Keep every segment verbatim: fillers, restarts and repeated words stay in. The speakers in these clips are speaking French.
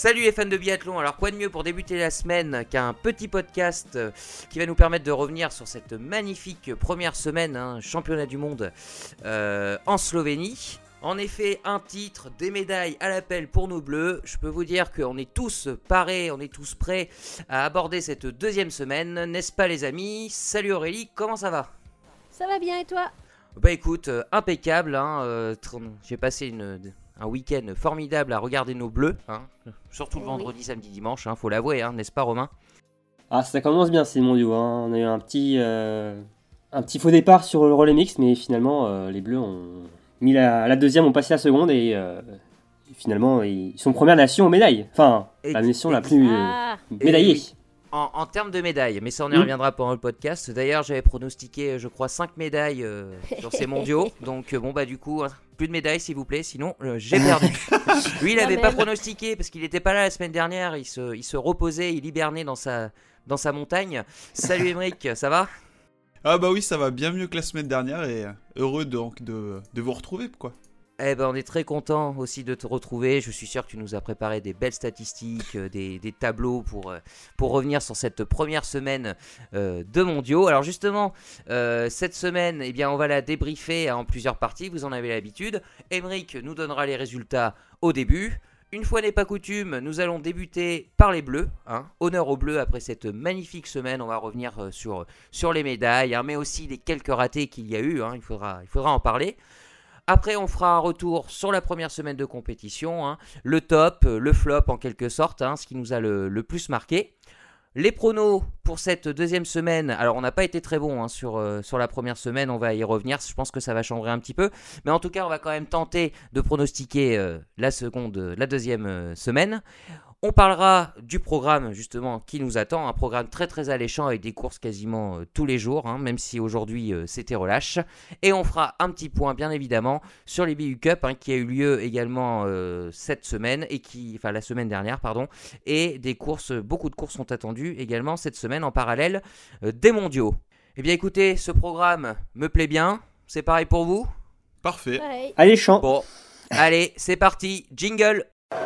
Salut les fans de biathlon, alors quoi de mieux pour débuter la semaine qu'un petit podcast qui va nous permettre de revenir sur cette magnifique première semaine, hein, championnat du monde euh, en Slovénie. En effet, un titre, des médailles à l'appel pour nos bleus. Je peux vous dire qu'on est tous parés, on est tous prêts à aborder cette deuxième semaine, n'est-ce pas les amis? Salut Aurélie, comment ça va? Ça va bien et toi? Bah écoute, euh, impeccable, hein, euh, tr- j'ai passé une... un week-end formidable à regarder nos bleus, hein, surtout le vendredi, oui. Samedi, dimanche, hein, faut l'avouer, hein, n'est-ce pas Romain? Ah, ça commence bien ces mondiaux, hein. On a eu un petit, euh, un petit faux départ sur le relais mixte, mais finalement euh, les bleus ont mis la, la deuxième, ont passé la seconde et, euh, et finalement ils sont première nation aux médailles. Enfin, et, la nation et, la plus euh, ah. médaillée. Et, En, en termes de médailles, mais ça on y reviendra pendant le podcast. D'ailleurs, j'avais pronostiqué, je crois, cinq médailles euh, sur ces mondiaux. Donc, euh, bon, bah, du coup, hein, plus de médailles s'il vous plaît, sinon euh, j'ai perdu. Lui, il n'avait pas pronostiqué parce qu'il n'était pas là la semaine dernière. Il se, il se reposait, il hibernait dans sa, dans sa montagne. Salut Émeric, ça va? Ah, bah oui, ça va bien mieux que la semaine dernière et heureux donc de, de vous retrouver, quoi. Eh ben, on est très content aussi de te retrouver. Je suis sûr que tu nous as préparé des belles statistiques, euh, des, des tableaux pour, euh, pour revenir sur cette première semaine euh, de mondiaux. Alors justement, euh, cette semaine, eh bien, on va la débriefer en plusieurs parties. Vous en avez l'habitude. Émeric nous donnera les résultats au début. Une fois n'est pas coutume, nous allons débuter par les bleus. Hein. Honneur aux bleus après cette magnifique semaine. On va revenir sur, sur les médailles, hein, mais aussi les quelques ratés qu'il y a eu. Hein. Il faudra, il faudra en parler. Après, on fera un retour sur la première semaine de compétition, hein, le top, le flop en quelque sorte, hein, ce qui nous a le, le plus marqué. Les pronos pour cette deuxième semaine, alors on n'a pas été très bon hein, sur, euh, sur la première semaine, on va y revenir, je pense que ça va changer un petit peu. Mais en tout cas, on va quand même tenter de pronostiquer euh, la, seconde, la deuxième euh, semaine. On parlera du programme justement qui nous attend, un programme très très alléchant avec des courses quasiment euh, tous les jours, hein, même si aujourd'hui euh, c'était relâche. Et on fera un petit point bien évidemment sur les B U Cup hein, qui a eu lieu également euh, cette semaine, et qui, enfin la semaine dernière pardon, et des courses, beaucoup de courses sont attendues également cette semaine en parallèle euh, des mondiaux. Eh bien écoutez, ce programme me plaît bien, c'est pareil pour vous? Parfait. Ouais. Alléchant. Bon, allez c'est parti, jingle.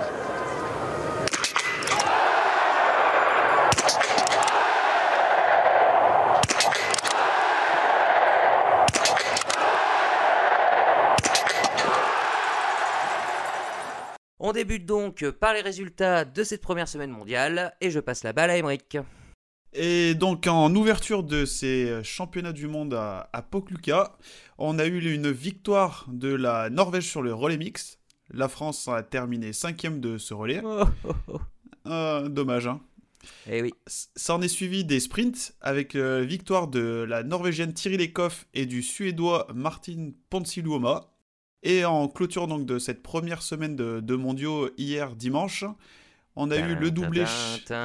On débute donc par les résultats de cette première semaine mondiale et je passe la balle à Émeric. Et donc en ouverture de ces championnats du monde à, à Pokluka, on a eu une victoire de la Norvège sur le relais mix. La France a terminé cinquième de ce relais. Oh, oh, oh. Euh, dommage, hein. Eh oui. Ça en est suivi des sprints avec euh, victoire de la Norvégienne Tiril Ekhoff et du Suédois Martin Ponsiluoma. Et en clôture donc de cette première semaine de, de mondiaux hier dimanche, on a eu le doublé. Ouais.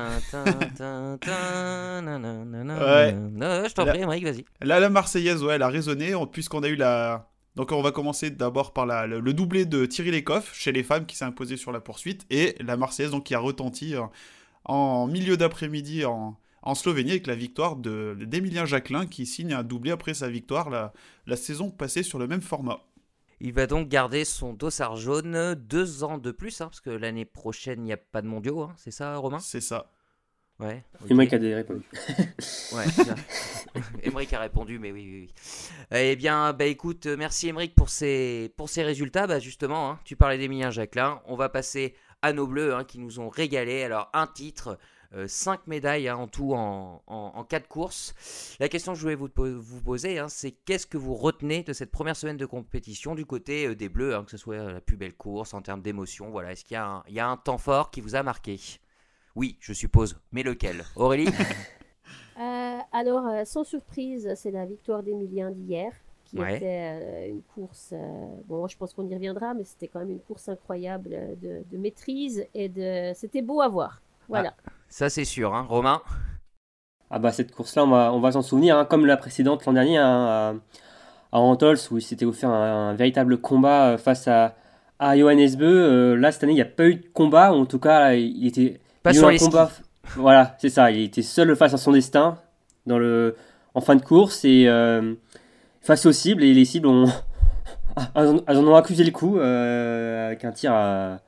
Je t'en prie, Émeric, vas-y. Là, la Marseillaise, ouais, elle a résonné, on- puisqu'on a eu la. Donc, on va commencer d'abord par la, le, le doublé de Tiril Ekhoff chez les femmes qui s'est imposé sur la poursuite, et la Marseillaise donc qui a retenti euh, en milieu d'après-midi en, en Slovénie avec la victoire de, d'Emilien Jacquelin qui signe un doublé après sa victoire la, la saison passée sur le même format. Il va donc garder son dossard jaune deux ans de plus, hein, parce que l'année prochaine, il n'y a pas de mondiaux, hein, c'est ça, Romain? C'est ça. Ouais. Okay. C'est moi qui ai répondu. Ouais, Émeric a répondu, mais oui, oui, oui. Eh bien, bah écoute, merci Émeric pour ces, pour ces résultats. Bah justement, hein, tu parlais d'Emilien Jacquelin. On va passer à nos bleus hein, qui nous ont régalé. Alors, un titre, euh, cinq médailles hein, en tout en, en, en quatre courses. La question que je voulais vous, vous poser, hein, c'est qu'est-ce que vous retenez de cette première semaine de compétition du côté euh, des bleus, hein, que ce soit la plus belle course en termes d'émotion. Voilà, est-ce qu'il y a, un, il y a un temps fort qui vous a marqué? Oui, je suppose, mais lequel? Aurélie? euh, Alors, euh, sans surprise, c'est la victoire d'Emilien d'hier, qui Ouais. était euh, une course, euh, bon, je pense qu'on y reviendra, mais c'était quand même une course incroyable de, de maîtrise, et de, c'était beau à voir. Voilà. Ah, ça, c'est sûr, hein. Romain? Ah bah cette course-là, on va, on va s'en souvenir, hein, comme la précédente l'an dernier hein, à, à Antols, où il s'était offert un, un véritable combat face à, à Johannes Bö. Euh, là, cette année, il n'y a pas eu de combat, ou en tout cas, il était... Pas il y a sur eu un les combat. skis. Voilà, c'est ça. Il était seul face à son destin dans le, en fin de course et euh, face aux cibles. Et les cibles ont, elles en ont accusé le coup euh, avec un tir à,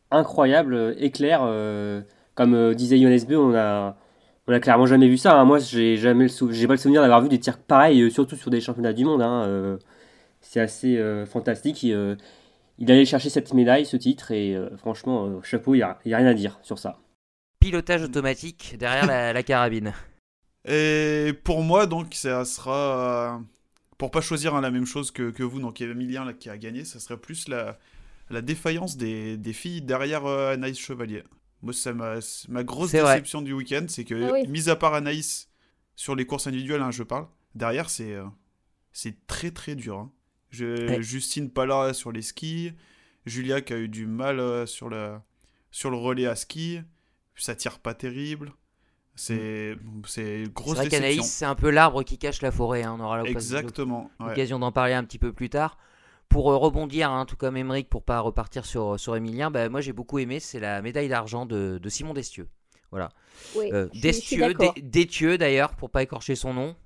incroyable, éclair. Euh, comme euh, disait Johannes Beu, on a, on a clairement jamais vu ça. Hein. Moi, j'ai jamais le sou- j'ai pas le souvenir d'avoir vu des tirs pareils, euh, surtout sur des championnats du monde. Hein. Euh, c'est assez euh, fantastique. Il, euh, il allait chercher cette médaille, ce titre, et euh, franchement, euh, chapeau, il n'y a, y a rien à dire sur ça. Pilotage automatique derrière la, la carabine. Et pour moi, donc, ça sera. Pour pas choisir hein, la même chose que, que vous, donc Emilien là, qui a gagné, ça serait plus la, la défaillance des, des filles derrière euh, Anaïs Chevalier. Moi, c'est ma, ma grosse C'est vrai. déception du week-end, c'est que, Ah oui. mis à part Anaïs, sur les courses individuelles, hein, je parle, derrière, c'est, euh, c'est très très dur. Hein. Je, Ouais. Justine pas là sur les skis, Julia qui a eu du mal euh, sur, le, sur le relais à ski, ça tire pas terrible. C'est, c'est C'est grosse vrai déception. qu'Anaïs, c'est un peu l'arbre qui cache la forêt. Hein. On aura l'occasion- Exactement. ouais. l'occasion d'en parler un petit peu plus tard. Pour euh, rebondir, hein, tout comme Émeric, pour pas repartir sur, sur Emilien, bah, moi j'ai beaucoup aimé, c'est la médaille d'argent de, de Simon Destieux. Voilà. Oui, Euh, je suis- je suis Destieux, d'accord. Dé- Détieux d'ailleurs, pour pas écorcher son nom.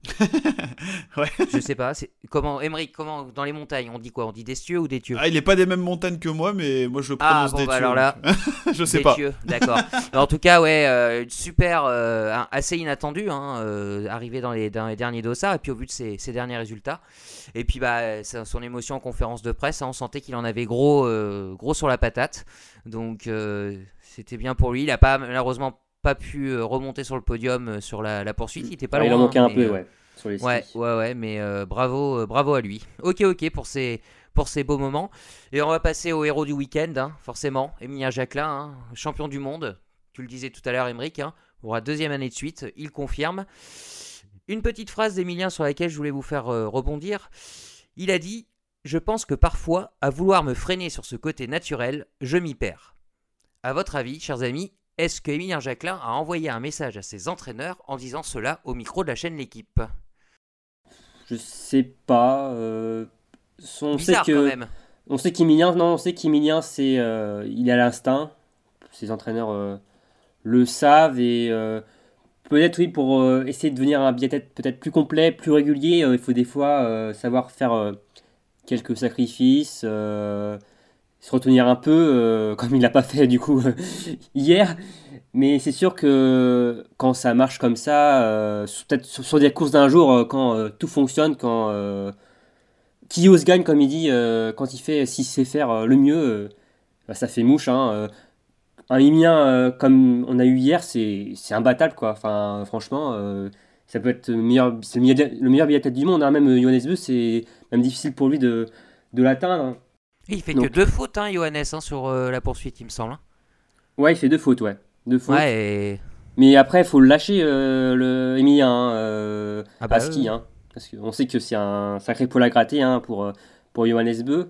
Ouais. Je sais pas. C'est... Comment, Émeric, comment dans les montagnes, on dit quoi? On dit Destieux ou Détieux? Ah, il est pas des mêmes montagnes que moi, mais moi je le Ah, prononce bon, des bah alors là, je sais pas. Détieux, d'accord. En tout cas, ouais, euh, super, euh, un- assez inattendu, hein, euh, arrivé dans les, dans les derniers dossards, et puis au vu de ses, ses derniers résultats. Et puis, bah, sa- son émotion en conférence de presse, hein, on sentait qu'il en avait gros, euh, gros sur la patate. Donc, euh, c'était bien pour lui. Il a pas, malheureusement pas pu euh, remonter sur le podium euh, sur la, la poursuite. Il était pas Ouais, loin. il en manquait hein, un mais, peu, euh, ouais, sur les skis. Ouais, ouais, ouais, mais euh, bravo, euh, bravo à lui. Ok, ok pour ces, pour ces beaux moments. Et on va passer au héros du week-end, hein, forcément. Emilien Jacquelin, hein, champion du monde. Tu le disais tout à l'heure, Émeric, hein, pour la deuxième année de suite, il confirme. Une petite phrase d'Emilien sur laquelle je voulais vous faire euh, rebondir. Il a dit « Je pense que parfois, à vouloir me freiner sur ce côté naturel, je m'y perds. » À votre avis, chers amis, est-ce que Emilien Jacquelin a envoyé un message à ses entraîneurs en disant cela au micro de la chaîne L'Équipe? Je sais pas. euh, on sait Bizarre que, quand même. On sait qu'Emilien, non, on sait qu'Emilien, c'est, euh, il a l'instinct. Ses entraîneurs euh, le savent et euh, peut-être oui pour euh, essayer de devenir un biathlète peut-être plus complet, plus régulier. euh, il faut des fois euh, savoir faire euh, quelques sacrifices, euh, se retenir un peu, euh, comme il l'a pas fait du coup hier. Mais c'est sûr que quand ça marche comme ça, euh, sur- peut-être sur, sur des courses d'un jour, euh, quand euh, tout fonctionne, quand euh, qui ose gagne, comme il dit, euh, quand il fait, s'il sait faire euh, le mieux, euh, bah, ça fait mouche. Hein, euh. Un Emilien euh, comme on a eu hier, c'est, c'est imbattable, quoi. Enfin, franchement, euh, ça peut être le meilleur, c'est le meilleur, le meilleur biathlète du monde. Hein. Même euh, Johannes Beu, c'est même difficile pour lui de, de l'atteindre. Hein. Il fait Donc- que deux fautes, hein, Johannes, hein, sur euh, la poursuite, il me semble. hein. Ouais, il fait deux fautes, ouais. Deux fautes. Ouais, et... Mais après, il faut le lâcher, euh, le Emilien, hein, euh, Ah bah, à ski. euh. Hein, parce qu'on sait que c'est un sacré poil à gratter hein, pour, euh, pour Johannes Beu.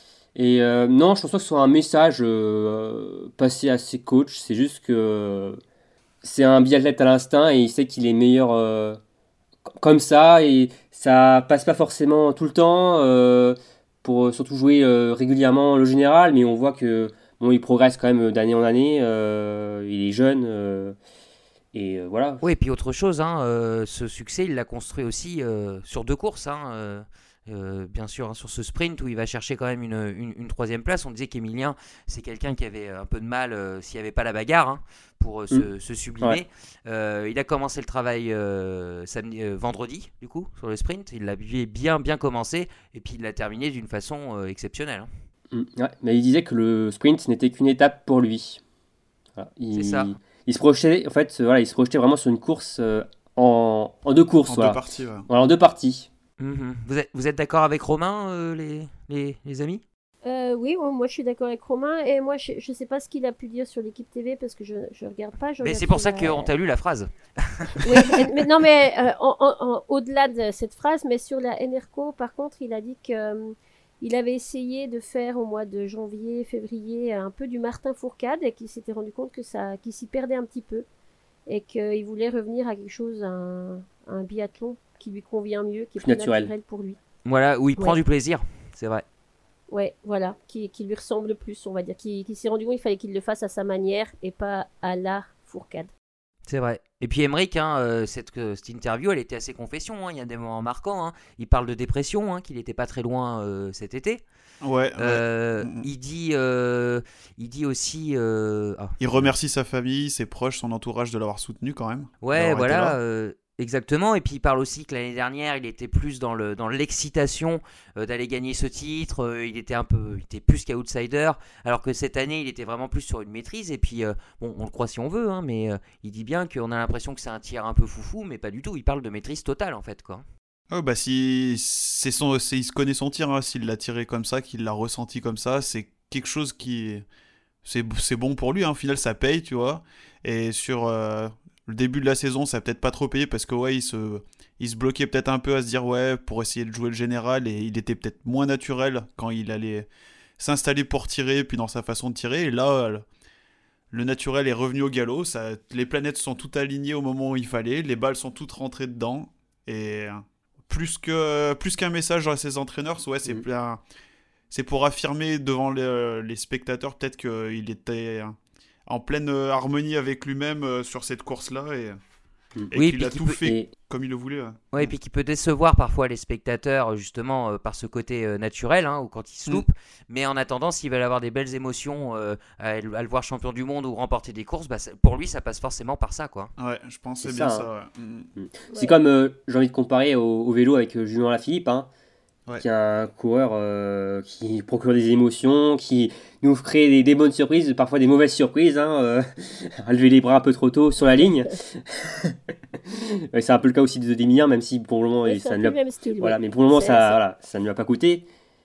Et euh, non, je pense pas que ce soit un message euh, passé à ses coachs. C'est juste que c'est un biathlète à l'instinct et il sait qu'il est meilleur euh, comme ça. Et ça passe pas forcément tout le temps euh, pour surtout jouer euh, régulièrement le général. Mais on voit que bon, il progresse quand même d'année en année. euh, il est jeune. euh, et euh, voilà. Oui, et puis autre chose, hein, euh, ce succès, il l'a construit aussi euh, sur deux courses. Hein, euh, euh, bien sûr, hein, sur ce sprint où il va chercher quand même une, une, une troisième place. On disait qu'Emilien, c'est quelqu'un qui avait un peu de mal euh, s'il n'y avait pas la bagarre hein, pour euh, se, Mm. se sublimer. Ouais. Euh, il a commencé le travail euh, samedi, euh, vendredi, du coup, sur le sprint. Il l'a bien, bien commencé et puis il l'a terminé d'une façon euh, exceptionnelle. hein. Mm, ouais, mais il disait que le sprint n'était qu'une étape pour lui. Voilà, il, C'est ça. Il se projetait, en fait, euh, voilà, il se projetait vraiment sur une course euh, en, en deux courses, En voilà. deux parties, ouais. Voilà, en deux parties. Mhm. Vous êtes, vous êtes d'accord avec Romain, euh, les, les, les amis? Euh, oui, ouais, moi je suis d'accord avec Romain. Et moi je, je sais pas ce qu'il a pu dire sur l'équipe T V parce que je ne regarde pas. je Mais regarde c'est pour sur ça la- qu'on t'a lu la phrase. Oui, mais, mais non, mais euh, en- en- en- au-delà de cette phrase, mais sur la N R C O, par contre, il a dit que euh, il avait essayé de faire au mois de janvier, février, un peu du Martin Fourcade et qu'il s'était rendu compte que ça, qu'il s'y perdait un petit peu et qu'il voulait revenir à quelque chose, à un, à un biathlon qui lui convient mieux, qui est Plus plus naturel. naturel pour lui. Voilà, où il prend Ouais. du plaisir, c'est vrai. Ouais, voilà, qui, qui lui ressemble plus, on va dire, qui, qui s'est rendu compte qu'il fallait qu'il le fasse à sa manière et pas à la Fourcade. C'est vrai. Et puis Emmerich, hein, euh, cette, euh, cette interview, elle était assez confession. Hein. Il y a des moments marquants. Hein. Il parle de dépression, hein, qu'il n'était pas très loin euh, cet été. Ouais. Euh, ouais. il dit, euh, il dit aussi. Euh... Ah. Il remercie sa famille, ses proches, son entourage de l'avoir soutenu quand même. Ouais, voilà. Euh, exactement. Et puis il parle aussi que l'année dernière, il était plus dans le dans l'excitation euh, d'aller gagner ce titre. Euh, il était un peu, il était plus qu'outsider. Alors que cette année, il était vraiment plus sur une maîtrise. Et puis, euh, bon, on le croit si on veut, hein, mais euh, il dit bien qu'on a l'impression que c'est un tir un peu foufou, mais pas du tout. Il parle de maîtrise totale en fait, quoi. Oh bah si c'est son, c'est, il se connaît son tir, hein, s'il l'a tiré comme ça, qu'il l'a ressenti comme ça, c'est quelque chose qui c'est, c'est bon pour lui. Hein. Au final, ça paye, tu vois. Et sur euh, le début de la saison, ça a peut-être pas trop payé parce que ouais, il se, il se bloquait peut-être un peu à se dire ouais pour essayer de jouer le général et il était peut-être moins naturel quand il allait s'installer pour tirer, puis dans sa façon de tirer. Et là, le naturel est revenu au galop. Ça, les planètes sont toutes alignées au moment où il fallait, les balles sont toutes rentrées dedans et plus que plus qu'un message à ses entraîneurs, ouais, c'est, mmh. plein, c'est pour affirmer devant les, les spectateurs peut-être qu'il était en pleine harmonie avec lui-même sur cette course-là et, mmh. et oui, qu'il a tout peut... fait et... comme il le voulait. Ouais, ouais, et puis qui peut décevoir parfois les spectateurs justement euh, par ce côté euh, naturel, hein, ou quand il se loupe. Mmh. Mais en attendant, s'ils veulent avoir des belles émotions euh, à, à le voir champion du monde ou remporter des courses, bah, pour lui, ça passe forcément par ça, quoi. Ouais, je pense que c'est, c'est bien ça. ça hein. ouais. Mmh. C'est ouais. comme, euh, j'ai envie de comparer au, au vélo avec euh, Julien Lafilippe, hein, ouais. qui est un coureur euh, qui procure des émotions, qui nous crée des, des bonnes surprises, parfois des mauvaises surprises, hein, euh, à lever les bras un peu trop tôt sur la ligne. C'est un peu le cas aussi de Emilien, même si pour le moment, ouais, ça ne lui a... style, voilà, ouais. mais pour le moment, c'est, ça, c'est... Voilà, ça ne lui a pas coûté.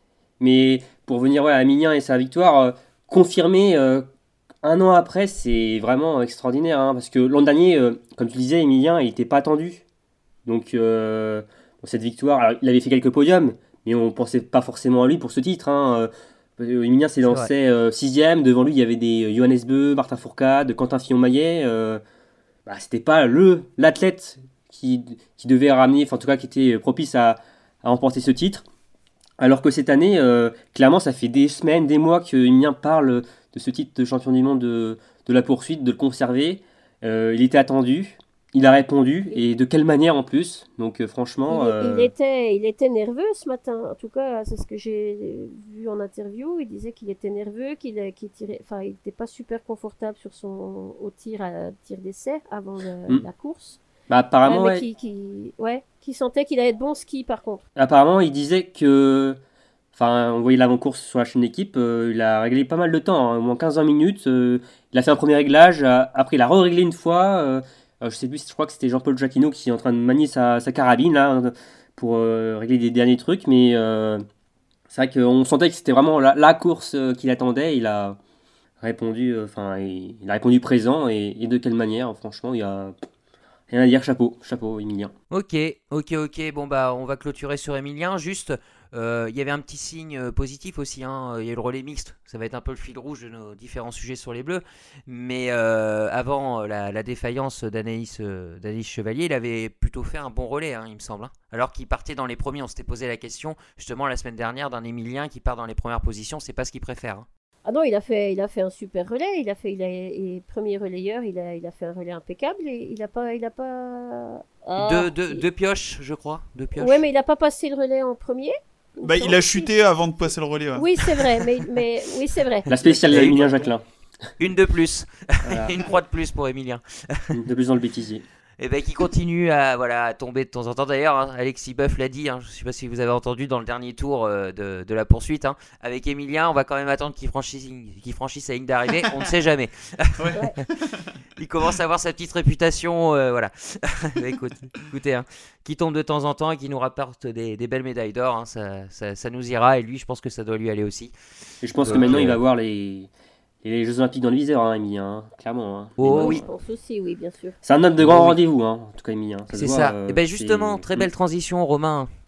Mais pour venir ouais, à Emilien et sa victoire, euh, confirmée euh, un an après, c'est vraiment extraordinaire. Hein, parce que l'an dernier, euh, comme tu disais, Emilien, il n'était pas attendu. Donc, euh, cette victoire, alors, il avait fait quelques podiums, mais on ne pensait pas forcément à lui pour ce titre. Hein. Euh, Emilien s'est lancé euh, sixième. Devant lui, il y avait des Johannes Beu, Martin Fourcade, Quentin Fillon-Maillet. Euh, bah, c'était pas le, l'athlète qui, qui devait ramener, enfin en tout cas qui était propice à, à remporter ce titre. Alors que cette année, euh, clairement, ça fait des semaines, des mois que Emilien parle de ce titre de champion du monde de, de la poursuite, de le conserver. Euh, il était attendu, il a répondu, et de quelle manière en plus. Donc euh, franchement... Il, euh... il, était, il était nerveux ce matin, en tout cas, c'est ce que j'ai vu en interview. Il disait qu'il était nerveux, qu'il, qu'il tirait, enfin, il n'était pas super confortable sur son, au tir, à, tir d'essai avant le, mm. la course. Bah, apparemment, euh, mais ouais. qui, qui, ouais, qui sentait qu'il allait de bon ski par contre. Apparemment, il disait que, enfin, on voyait l'avant-course sur la chaîne d'équipe, euh, il a réglé pas mal de temps, hein, au moins quinze vingt minutes. Euh, il a fait un premier réglage, euh, après il a re-réglé une fois. Euh, je sais plus, je crois que c'était Jean-Paul Jacquinot qui est en train de manier sa, sa carabine là pour euh, régler des derniers trucs, mais euh, c'est vrai qu'on sentait que c'était vraiment la, la course qu'il attendait. Il a répondu, enfin, euh, il, il a répondu présent et, et de quelle manière, franchement, il y a rien à dire, chapeau, chapeau Emilien. Ok, ok, ok, bon bah on va clôturer sur Emilien, juste, il euh, y avait un petit signe euh, positif aussi, hein. Il y a eu le relais mixte, ça va être un peu le fil rouge de nos différents sujets sur les Bleus, mais euh, avant la, la défaillance d'Anaïs, euh, d'Anaïs Chevalier, il avait plutôt fait un bon relais, hein, il me semble, hein. Alors qu'il partait dans les premiers, on s'était posé la question, justement la semaine dernière, d'un Emilien qui part dans les premières positions, c'est pas ce qu'il préfère, hein. Ah non, il a fait, il a fait un super relais. Il a fait, il a, et premier relayeur, il a, il a fait un relais impeccable. Et il a pas, il a pas. Ah, deux, deux, il... deux pioches, je crois, deux pioches. Ouais, mais il a pas passé le relais en premier. Bah, il a chuté avant de passer le relais. Ouais. Oui, c'est vrai, mais, mais oui, c'est vrai. La spéciale d'Emilien Jacquelin. Une de plus, voilà. Une croix de plus pour Emilien. Une de plus dans le bêtisier. Et ben qui continue à, voilà, à tomber de temps en temps. D'ailleurs, hein, Alexis Boeuf l'a dit, hein, je ne sais pas si vous avez entendu dans le dernier tour euh, de, de la poursuite, hein, avec Emilien, on va quand même attendre qu'il franchisse, qu'il franchisse la ligne d'arrivée, on ne sait jamais. Ouais. Il commence à avoir sa petite réputation, euh, voilà. Écoute, écoutez, hein, qui tombe de temps en temps et qui nous rapporte des, des belles médailles d'or, hein, ça, ça, ça nous ira, et lui, je pense que ça doit lui aller aussi. Et je pense Donc, que maintenant, euh... il va voir les... Et les Jeux Olympiques dans le viseur, hein, Emilien, hein, clairement. Hein. Oh oui, je pense aussi, oui, bien sûr. C'est un homme de grand oh, oui. rendez-vous, hein, en tout cas, Emilien. Ça c'est voit, ça. Euh, et ben justement, c'est... très belle transition, Romain.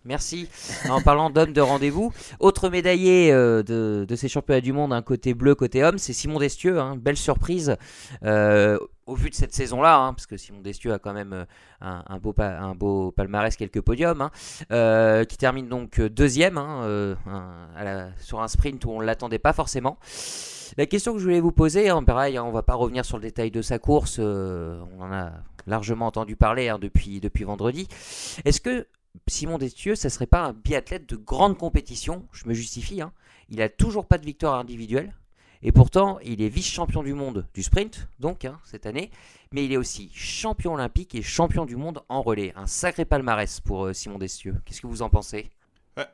Merci. En parlant d'homme de rendez-vous, autre médaillé euh, de, de ces championnats du monde, un côté bleu, côté homme, c'est Simon Destieux. Hein, belle surprise euh, au vu de cette saison-là, hein, parce que Simon Destieux a quand même euh, un, un, beau pa- un beau palmarès, quelques podiums, hein, euh, qui termine donc deuxième hein, euh, un, à la, sur un sprint où on ne l'attendait pas forcément. La question que je voulais vous poser, hein, pareil, hein, on ne va pas revenir sur le détail de sa course, euh, on en a largement entendu parler hein, depuis, depuis vendredi. Est-ce que Simon Destieux, ça serait pas un biathlète de grande compétition? Je me justifie, hein. Il a toujours pas de victoire individuelle et pourtant il est vice-champion du monde du sprint, donc hein, cette année, mais il est aussi champion olympique et champion du monde en relais. Un sacré palmarès pour euh, Simon Destieux. Qu'est-ce que vous en pensez? Ouais,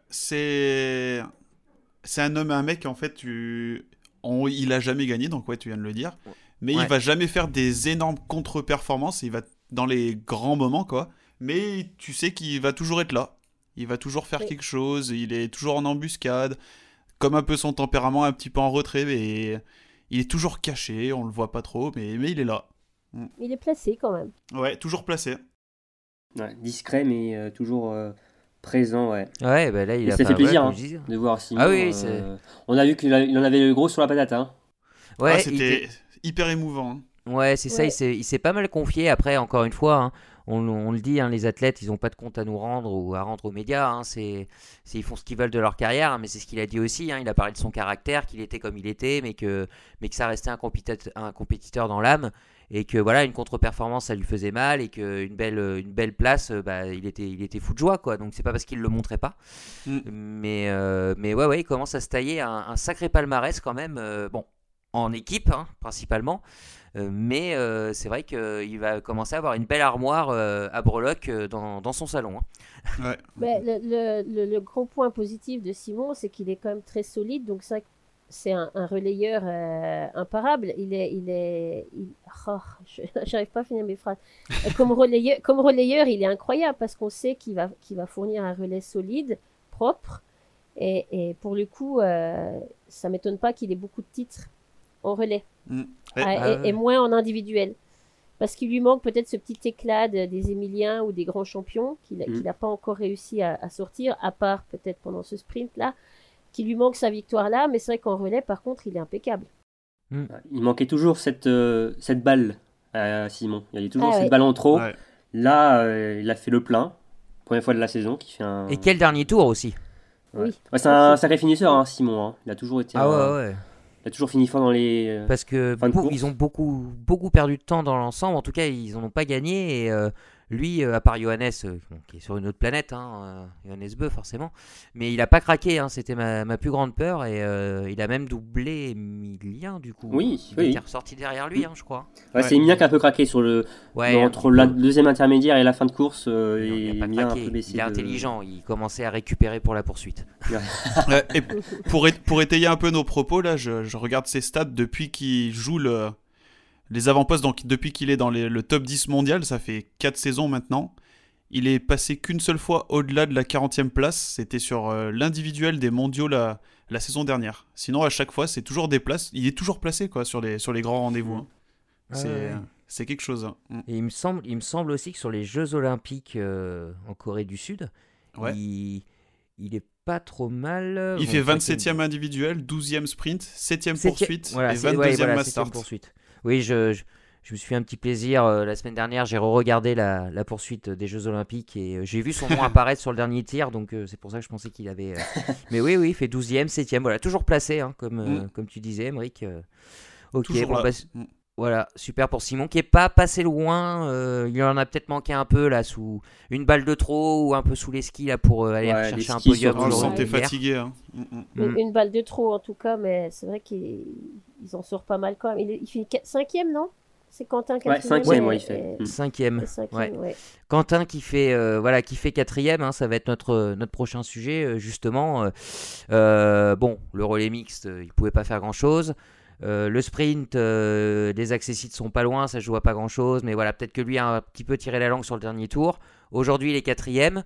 c'est c'est un homme, un mec en fait, tu... On... il a jamais gagné, donc ouais, tu viens de le dire, mais ouais. Il va jamais faire des énormes contre-performances. Il va dans les grands moments quoi. Mais tu sais qu'il va toujours être là. Il va toujours faire oui. quelque chose. Il est toujours en embuscade. Comme un peu son tempérament, un petit peu en retrait. Mais il est toujours caché. On le voit pas trop. Mais, mais il est là. Il est placé quand même. Ouais, toujours placé. Ouais, discret, mais euh, toujours euh, présent. Ouais, ouais bah là, il et a ça fait plaisir hein, de voir Simon. Ah oui, euh, c'est... On a vu qu'il a, il en avait le gros sur la patate. Hein. Ouais, ah, c'était il... hyper émouvant. Hein. Ouais, c'est ouais. ça. Il s'est, il s'est pas mal confié. Après, encore une fois... Hein, On, on le dit, hein, les athlètes, ils n'ont pas de compte à nous rendre ou à rendre aux médias. Hein, c'est, c'est, ils font ce qu'ils veulent de leur carrière, hein, mais c'est ce qu'il a dit aussi. Hein, il a parlé de son caractère, qu'il était comme il était, mais que, mais que ça restait un compétiteur, un compétiteur dans l'âme. Et que voilà, une contre-performance, ça lui faisait mal. Et qu'une belle, une belle place, bah, il, était, il était fou de joie. Quoi. Donc c'est pas parce qu'il ne le montrait pas. Mm. Mais, euh, mais ouais, ouais, il commence à se tailler un, un sacré palmarès quand même. Euh, bon, en équipe, hein, principalement. Euh, mais euh, c'est vrai qu'il va commencer à avoir une belle armoire euh, à breloques euh, dans, dans son salon. Hein. Ouais. Mais le, le, le, le gros point positif de Simon, c'est qu'il est quand même très solide. Donc c'est, c'est un, un relayeur euh, imparable. Il est, il est, il... Oh, je n'arrive pas à finir mes phrases. Comme relayeur, comme relayeur, il est incroyable parce qu'on sait qu'il va, qu'il va fournir un relais solide, propre. Et, et pour le coup, euh, ça ne m'étonne pas qu'il ait beaucoup de titres en relais. Mmh. Et, ah, et, et moins en individuel. Parce qu'il lui manque peut-être ce petit éclat de, des Émiliens ou des grands champions qu'il n'a mmh. pas encore réussi à, à sortir, à part peut-être pendant ce sprint-là, qui lui manque sa victoire-là, mais c'est vrai qu'en relais, par contre, il est impeccable. Mmh. Il manquait toujours cette, euh, cette balle à Simon. Il y avait toujours ah, cette ouais. balle en trop. Ouais. Là, euh, il a fait le plein. Première fois de la saison. Qui fait un... Et quel dernier tour aussi. Ouais. Oui. Ouais, c'est un sacré finisseur, hein, Simon. Hein. Il a toujours été. Ah ouais, un... ouais. Il a toujours fini fort dans les. Euh, Parce que beaucoup, ils ont beaucoup, beaucoup perdu de temps dans l'ensemble. En tout cas, ils n'en ont pas gagné. Et euh, lui, euh, à part Johannes, euh, qui est sur une autre planète, hein, euh, Johannes Beu forcément, mais il n'a pas craqué. Hein, c'était ma, ma plus grande peur. Et euh, il a même doublé Emilien, du coup. Oui, il oui. était ressorti derrière lui, hein, je crois. Ouais, ouais. C'est Emilien qui a un peu craqué sur le. Ouais, dans, entre le deuxième intermédiaire et la fin de course. Euh, non, il, et Emilien a un peu baissé. Il est de... intelligent. Il commençait à récupérer pour la poursuite. Ouais, et pour, é- pour étayer un peu nos propos, là, je, je regarde ses stats depuis qu'il joue le, les avant-postes, donc depuis qu'il est dans les, le top dix mondial, ça fait quatre saisons maintenant. Il est passé qu'une seule fois au-delà de la quarantième place, c'était sur euh, l'individuel des mondiaux la, la saison dernière. Sinon, à chaque fois, c'est toujours des places, il est toujours placé quoi, sur, les, sur les grands rendez-vous. Hein. C'est, ah ouais. c'est quelque chose. Hein. Et il me, semble, il me semble aussi que sur les Jeux Olympiques euh, en Corée du Sud, ouais. il, il est pas trop mal. Il bon, fait vingt-septième individuel, douzième sprint, septième poursuite voilà, et vingt-deuxième ouais, voilà, mass start. Poursuite. Oui, je, je, je me suis fait un petit plaisir. Euh, la semaine dernière, j'ai re-regardé la, la poursuite des Jeux Olympiques et euh, j'ai vu son nom apparaître sur le dernier tir, donc euh, c'est pour ça que je pensais qu'il avait... Euh... Mais oui, oui, il fait douzième, septième, voilà, toujours placé, hein, comme, euh, mm. comme tu disais, Emric. Euh... Ok, toujours bon, là. Bah, mm. Voilà, super pour Simon qui est pas passé loin. Euh, il en a peut-être manqué un peu là sous une balle de trop ou un peu sous les skis là pour euh, aller ouais, chercher un podium. On le sentait fatigué. Hein. Mm. Une, une balle de trop en tout cas, mais c'est vrai qu'ils en sortent pas mal quand même. Il, il finit cinquième, non? C'est Quentin quatrième. Ouais, cinquième, ouais, il fait. Et... Cinquième. cinquième ouais. Ouais. Quentin qui fait, euh, voilà, qui fait quatrième, hein, ça va être notre, notre prochain sujet euh, justement. Euh, euh, bon, le relais mixte, euh, il pouvait pas faire grand chose. Euh, le sprint, euh, les accessites sont pas loin, ça joue à pas grand chose, mais voilà, peut-être que lui a un petit peu tiré la langue sur le dernier tour. Aujourd'hui, il est quatrième.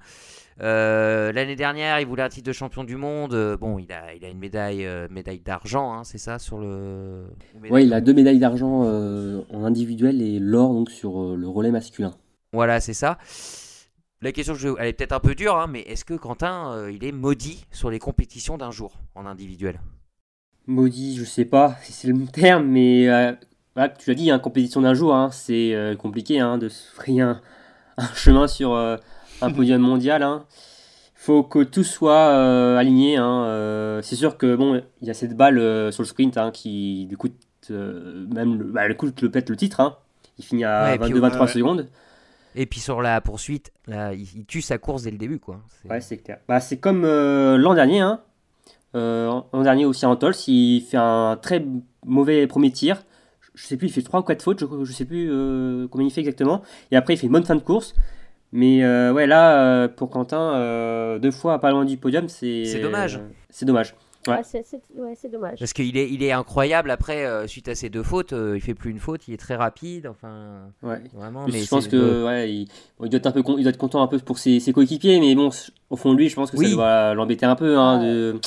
Euh, l'année dernière, il voulait un titre de champion du monde. Euh, bon, il a, il a une médaille, euh, médaille d'argent, hein, c'est ça sur le. Oui, il a deux médailles d'argent euh, en individuel et l'or donc sur euh, le relais masculin. Voilà, c'est ça. La question, je, elle est peut-être un peu dure, hein, mais est-ce que Quentin, euh, il est maudit sur les compétitions d'un jour en individuel? Maudit, je sais pas si c'est le terme, mais euh, voilà, tu l'as dit, hein, compétition d'un jour, hein, c'est euh, compliqué hein, de se frayer un, un chemin sur euh, un podium mondial. Hein. Faut que tout soit euh, aligné. Hein, euh, c'est sûr que bon, il y a cette balle euh, sur le sprint hein, qui du coup euh, même le, bah, le coup le pète le titre. Hein. Il finit à Ouais, et puis, vingt-deux vingt-trois ouais. secondes. Et puis sur la poursuite, là, il, il tue sa course dès le début, quoi. C'est- Ouais, c'est clair. Bah, c'est comme euh, l'an dernier. Hein. Euh, l'an dernier aussi en Tols, il fait un très mauvais premier tir. Je sais plus, il fait trois ou quatre fautes, je, je sais plus euh, combien il fait exactement. Et après, il fait une bonne fin de course. Mais euh, ouais, là, euh, pour Quentin, euh, deux fois pas loin du podium, c'est. C'est dommage. euh, c'est dommage. Ouais. Ah, c'est, c'est- ouais, c'est dommage. Parce qu'il est, il est incroyable après, euh, suite à ces deux fautes, euh, il fait plus une faute, il est très rapide, enfin, Ouais. vraiment. Plus, Mais je pense c'est- que ouais, il, bon, il doit être un peu con- il doit être content un peu pour ses, ses coéquipiers, mais bon, au fond de lui, je pense que Oui. ça doit l'embêter un peu. Hein, Ouais. de...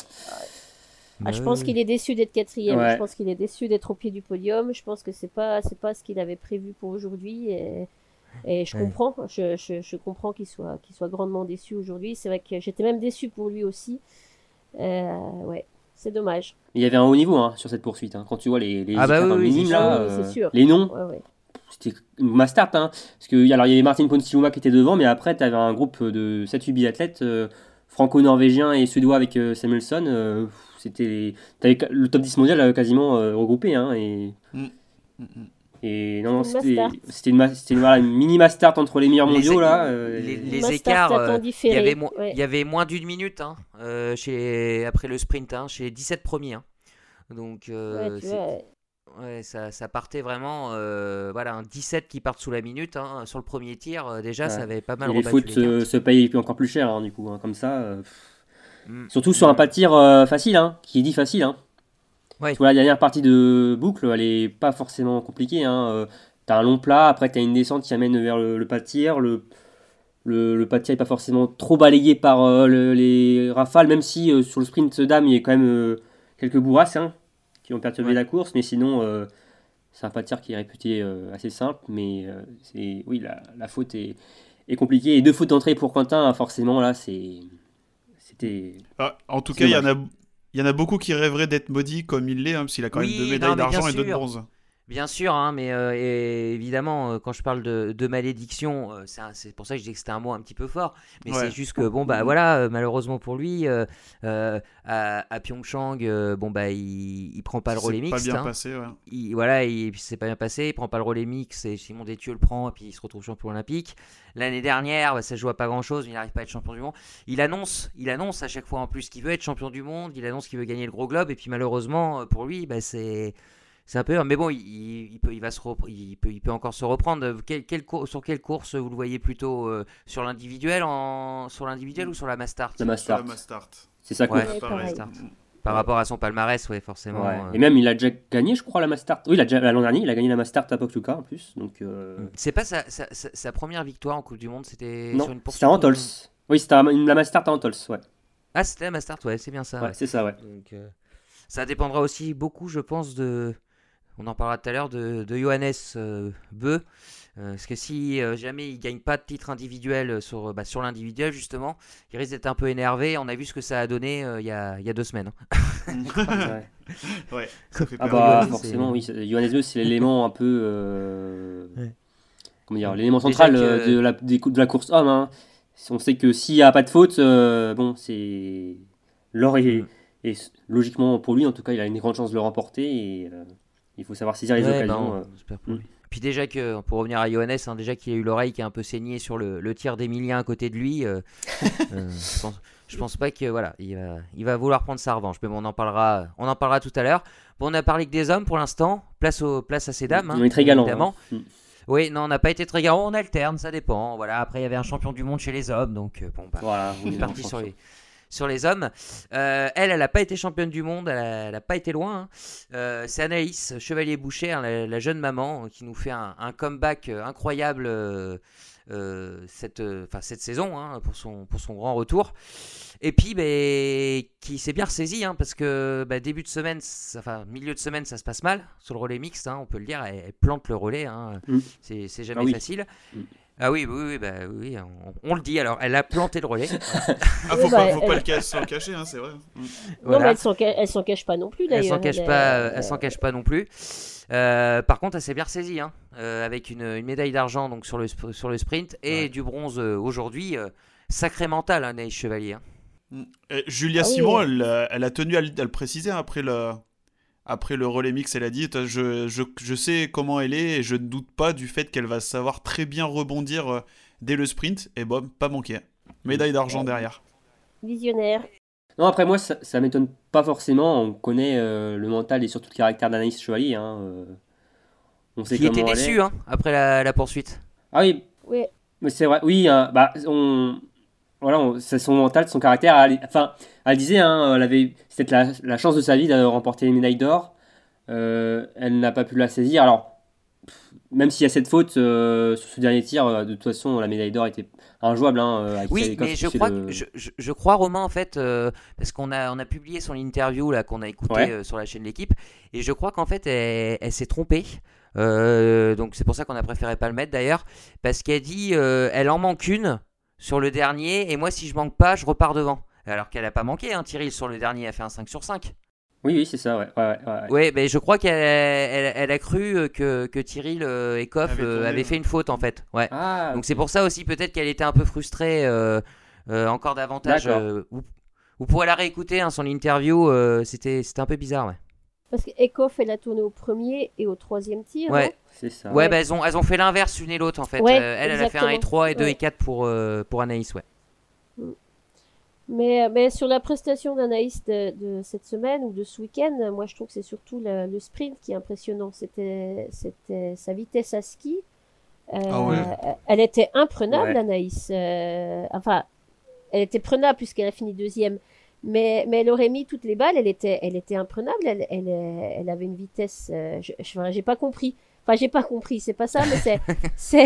Ah, je Ouais, pense ouais. qu'il est déçu d'être quatrième. Ouais. Je pense qu'il est déçu d'être au pied du podium. Je pense que c'est pas, c'est pas ce qu'il avait prévu pour aujourd'hui. Et, et je Ouais. comprends. Je, je, je comprends qu'il soit, qu'il soit grandement déçu aujourd'hui. C'est vrai que j'étais même déçu pour lui aussi. Euh, ouais, c'est dommage. Il y avait un haut niveau hein, sur cette poursuite. Hein. Quand tu vois les, les Ah bah écarts oui, oui, minimes c'est là, sûr. Oui, euh, c'est sûr. les noms, Ouais, ouais. c'était une mass start. Hein, parce que alors il y avait Martin Ponsiluoma qui était devant, mais après tu avais un groupe de sept huit biathlètes euh, franco-norvégiens et suédois avec euh, Samuelsson. Euh, c'était t'avais le top dix mondial euh, quasiment euh, regroupé. Hein, et, Mm, mm, mm. et non, non, C'était une c'était mass start. c'était une, ma- c'était une, voilà, une mini mass start entre les meilleurs Les mondiaux é- là. euh, les, et- les Mass écarts, start à temps euh, il y différé. avait, mo- Ouais. il y avait moins d'une minute hein, euh, chez, après le sprint, hein, chez les dix-sept premiers. Hein. Donc, euh, Ouais, tu c'est- vois, ouais, ça, ça partait vraiment, euh, voilà, un dix-sept qui partent sous la minute hein, sur le premier tir. euh, déjà, Ouais. ça avait pas mal et les rebattu fautes les se, cartes. se payent encore plus cher hein, du coup, hein, comme ça. euh, Mm. Surtout sur un pas de tir euh, facile, hein, qui dit facile. Hein. Ouais. Tu vois, la dernière partie de boucle, elle est pas forcément compliquée. Hein. Euh, t'as un long plat, après t'as une descente qui amène vers le, le pas de tir. Le, le, le pas de tir n'est pas forcément trop balayé par euh, le- les rafales, même si euh, sur le sprint dame, il y a quand même euh, quelques bourrasques hein, qui ont perturbé Ouais. la course. Mais sinon, euh, c'est un pas de tir qui est réputé euh, assez simple. Mais euh, c'est, oui, la, la faute est, est compliquée. Et deux fautes d'entrée pour Quentin, forcément, là, c'est, c'était. Ah, en tout C'est cas, il y en dommage. a, il y en a beaucoup qui rêveraient d'être maudit comme il l'est, hein, parce qu'il a quand Oui, même deux non, médailles mais d'argent bien et deux de sûr. bronze. Bien sûr, hein, mais euh, et évidemment, euh, quand je parle de, de malédiction, euh, c'est, un- c'est pour ça que je dis que c'était un mot un petit peu fort. Mais Ouais. c'est juste que, bon, bah voilà, euh, malheureusement pour lui, euh, euh, à, à Pyeongchang, euh, bon, bah, il, il prend pas le relais C'est mixte. pas bien hein. passé, ouais. Il, voilà, il, puis c'est pas bien passé, il prend pas le relais mix, et Simon Détieux le prend, et puis il se retrouve champion olympique. L'année dernière, bah, ça joue à pas grand chose, il n'arrive pas à être champion du monde. Il annonce, il annonce à chaque fois en plus qu'il veut être champion du monde, il annonce qu'il veut gagner le gros globe, et puis malheureusement, euh, pour lui, bah, c'est. C'est un peu, mais bon, il, il peut, il va se, repr- il peut, il peut encore se reprendre. Quel, quel cour- sur quelle course vous le voyez plutôt euh, sur l'individuel, en, sur l'individuel ou sur la mass start La mass Sur la start. mass start. C'est ça Ouais. qu'on Ouais, Pareil. pareil. Mm. par rapport à son palmarès, ouais, forcément. Ouais. euh. Et même, il a déjà gagné, je crois, la Mass Start. Oui, il a déjà, l'an dernier, il a gagné la Mass Start à Poktuka en plus. Donc, euh, C'est pas sa, sa, sa- sa première victoire en Coupe du Monde, c'était non, sur une poursuite. c'était à Antols. ou- Oui, c'était à- une- la Mass Start à Antols, ouais. Ah, c'était la mass start, ouais, c'est bien ça. Ouais, ouais. c'est ça, ouais. Donc, euh, ça dépendra aussi beaucoup, je pense, de. On en parlera tout à l'heure de, de Johannes euh, Beu. Euh, parce que si euh, jamais il gagne pas de titre individuel sur, bah, sur l'individuel, justement, il risque d'être un peu énervé. On a vu ce que ça a donné euh, il y, a, il y a deux semaines. hein. Ouais. Ouais, ça fait Ah perdre. bah, Johannes, forcément, c'est- oui. c'est- Johannes Beu, c'est l'élément un peu. euh, Ouais. Comment dire, l'élément Déjà central que- euh, de, la, des cou- de la course homme. Hein. On sait que s'il n'y a pas de faute, euh, bon, c'est. L'or est, Mm. est- logiquement, pour lui, en tout cas, il a une grande chance de le remporter et euh, il faut savoir saisir les Ouais, occasions. bah, euh. on espère pour Mm. lui. Puis déjà que, pour revenir à Johannes, hein, déjà qu'il a eu l'oreille qui a un peu saigné sur le, le tir d'Emilien à côté de lui, euh, euh, je, pense, je pense pas que voilà, il va, il va vouloir prendre sa revanche. Mais bon, on en parlera, on en parlera tout à l'heure. Bon, on a parlé que des hommes pour l'instant. Place, au, place à ces dames. On hein, est très galant. évidemment. hein. Mm. Oui, non, on n'a pas été très garant, on alterne, ça dépend. Voilà, après il y avait un champion du monde chez les hommes, donc euh, bon, bah, Voilà, on oui, est non, parti sur franchement. les, sur les hommes. Euh, elle, elle n'a pas été championne du monde, elle n'a pas été loin. hein. Euh, c'est Anaïs Chevalier-Boucher, hein, la, la jeune maman, euh, qui nous fait un, un comeback euh, incroyable euh, euh, cette, euh, enfin, cette saison hein, pour, son, pour son grand retour. Et puis, bah, qui s'est bien ressaisi, hein, parce que bah, début de semaine, ça- enfin milieu de semaine, ça se passe mal sur le relais mixte, hein, on peut le dire, elle, elle plante le relais, hein, Mm. c'est, c'est jamais Ah oui. facile. Mm. Ah oui, oui, oui, bah, oui on, on le dit. Alors, elle a planté le relais. Ah, faut Oui, pas, bah, faut pas elle- le ca- s'en cacher, hein, c'est vrai. Mm. Non, Voilà. mais elle s'en, ca- elle s'en cache pas non plus Elle d'ailleurs. s'en cache Elle est- pas, elle s'en cache pas non plus. Euh, par contre, elle s'est bien ressaisie, hein, euh, avec une, une médaille d'argent donc sur le sp- sur le sprint et Ouais. du bronze euh, aujourd'hui. Euh, sacré mental, hein, Anaïs Chevalier. Hein. Mm. Et Julia Ah oui. Simon, elle, euh, elle a tenu à le, à le préciser hein, après le, après le relais mix. Elle a dit je, je, je sais comment elle est et je ne doute pas du fait qu'elle va savoir très bien rebondir euh, dès le sprint. Et bon, pas manqué. Médaille d'argent derrière. Visionnaire. Non, après moi, ça, ça m'étonne pas forcément. On connaît euh, le mental et surtout le caractère d'Anaïs Chevalier. Hein, euh, on sait Qui était comment elle est. déçu hein, après la, la poursuite. Ah oui, Oui. mais c'est vrai. Oui, hein, bah, on, voilà, on- c'est son mental, son caractère. Elle, enfin, elle disait, hein, elle avait c'était la, la chance de sa vie de remporter les médailles d'or. Euh, elle n'a pas pu la saisir. Alors, pff, même s'il y a cette faute euh, sur ce dernier tir, euh, de toute façon, la médaille d'or était injouable. Hein, euh, avec Oui, Cyril Lecoq, mais je c'est crois, le- que- je, je, je crois Romain en fait, euh, parce qu'on a, on a publié son interview là qu'on a écouté Ouais. euh, sur la chaîne de l'équipe, et je crois qu'en fait elle, elle s'est trompée. Euh, donc c'est pour ça qu'on a préféré pas le mettre d'ailleurs, parce qu'elle dit euh, elle en manque une sur le dernier, et moi si je manque pas, je repars devant. Alors qu'elle a pas manqué, hein, Thierry sur le dernier a fait un cinq sur cinq. Oui, oui, c'est ça. Ouais, ouais, ouais, ouais. Ouais, mais je crois qu'elle elle, elle a cru que, que Thierry euh, Eckhoff Avait euh, tourné, avait ouais. fait une faute en fait. Ouais. Ah, Donc ok. c'est pour ça aussi peut-être qu'elle était un peu frustrée euh, euh, encore davantage. D'accord. Euh, vous, vous pourrez la réécouter, hein, son interview, euh, c'était, c'était un peu bizarre. Ouais, Parce qu'Eckhoff, elle a tourné au premier et au troisième tir. ouais, C'est ça. ouais, Ouais. bah, elles, ont, elles ont fait l'inverse l'une et l'autre en fait. Ouais, Euh, elle, elle a fait un exactement. et trois et deux Ouais. et quatre pour, euh, pour Anaïs. Ouais. Mais, mais sur la prestation d'Anaïs de, de cette semaine ou de ce week-end, moi je trouve que c'est surtout le, le sprint qui est impressionnant. C'était, c'était sa vitesse à ski. Euh, Ah ouais. Elle était imprenable, Ouais. Anaïs. Euh, enfin, elle était prenable puisqu'elle a fini deuxième. Mais, mais elle aurait mis toutes les balles, elle était, elle était imprenable. Elle, elle, elle avait une vitesse. Euh, je, je, enfin, j'ai pas compris. Enfin, j'ai pas compris, c'est pas ça, mais c'est. c'est,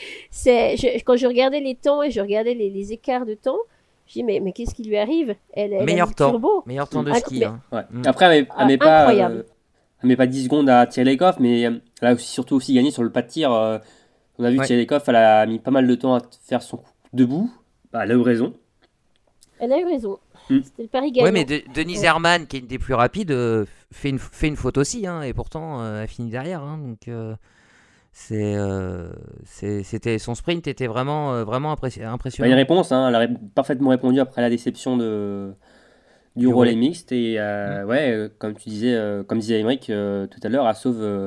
c'est je, quand je regardais les temps et je regardais les, les écarts de temps, je dis, mais, mais qu'est-ce qui lui arrive? Elle, elle a Meilleur mis temps. turbo. Meilleur temps de Ah, ski. mais- Hein. Ouais. Mm. Après, elle met, elle Ah, met pas, incroyable. euh, elle met pas dix secondes à Thierry Lecoff, mais euh, elle a aussi, surtout aussi gagné sur le pas de tir. euh, on a vu Ouais. que Thierry Lecoff, elle a mis pas mal de temps à faire son coup debout. Bah, elle a eu raison. Elle a eu raison. Mm. C'était le pari gagnant. Ouais, mais de- Denise Ouais. Herrmann, qui est une des plus rapides, euh, fait, une, fait une faute aussi, hein, et pourtant euh, elle finit derrière. Hein, donc euh, c'est, euh, c'est, c'était, son sprint était vraiment, euh, vraiment impressi- Bah, impressionnant. une réponse, hein, elle a ré- parfaitement répondu après la déception de, du, Du relais relais. mixte. Et euh, ouais, euh, comme tu disais, euh, comme disait Aymeric euh, tout à l'heure, elle sauve euh,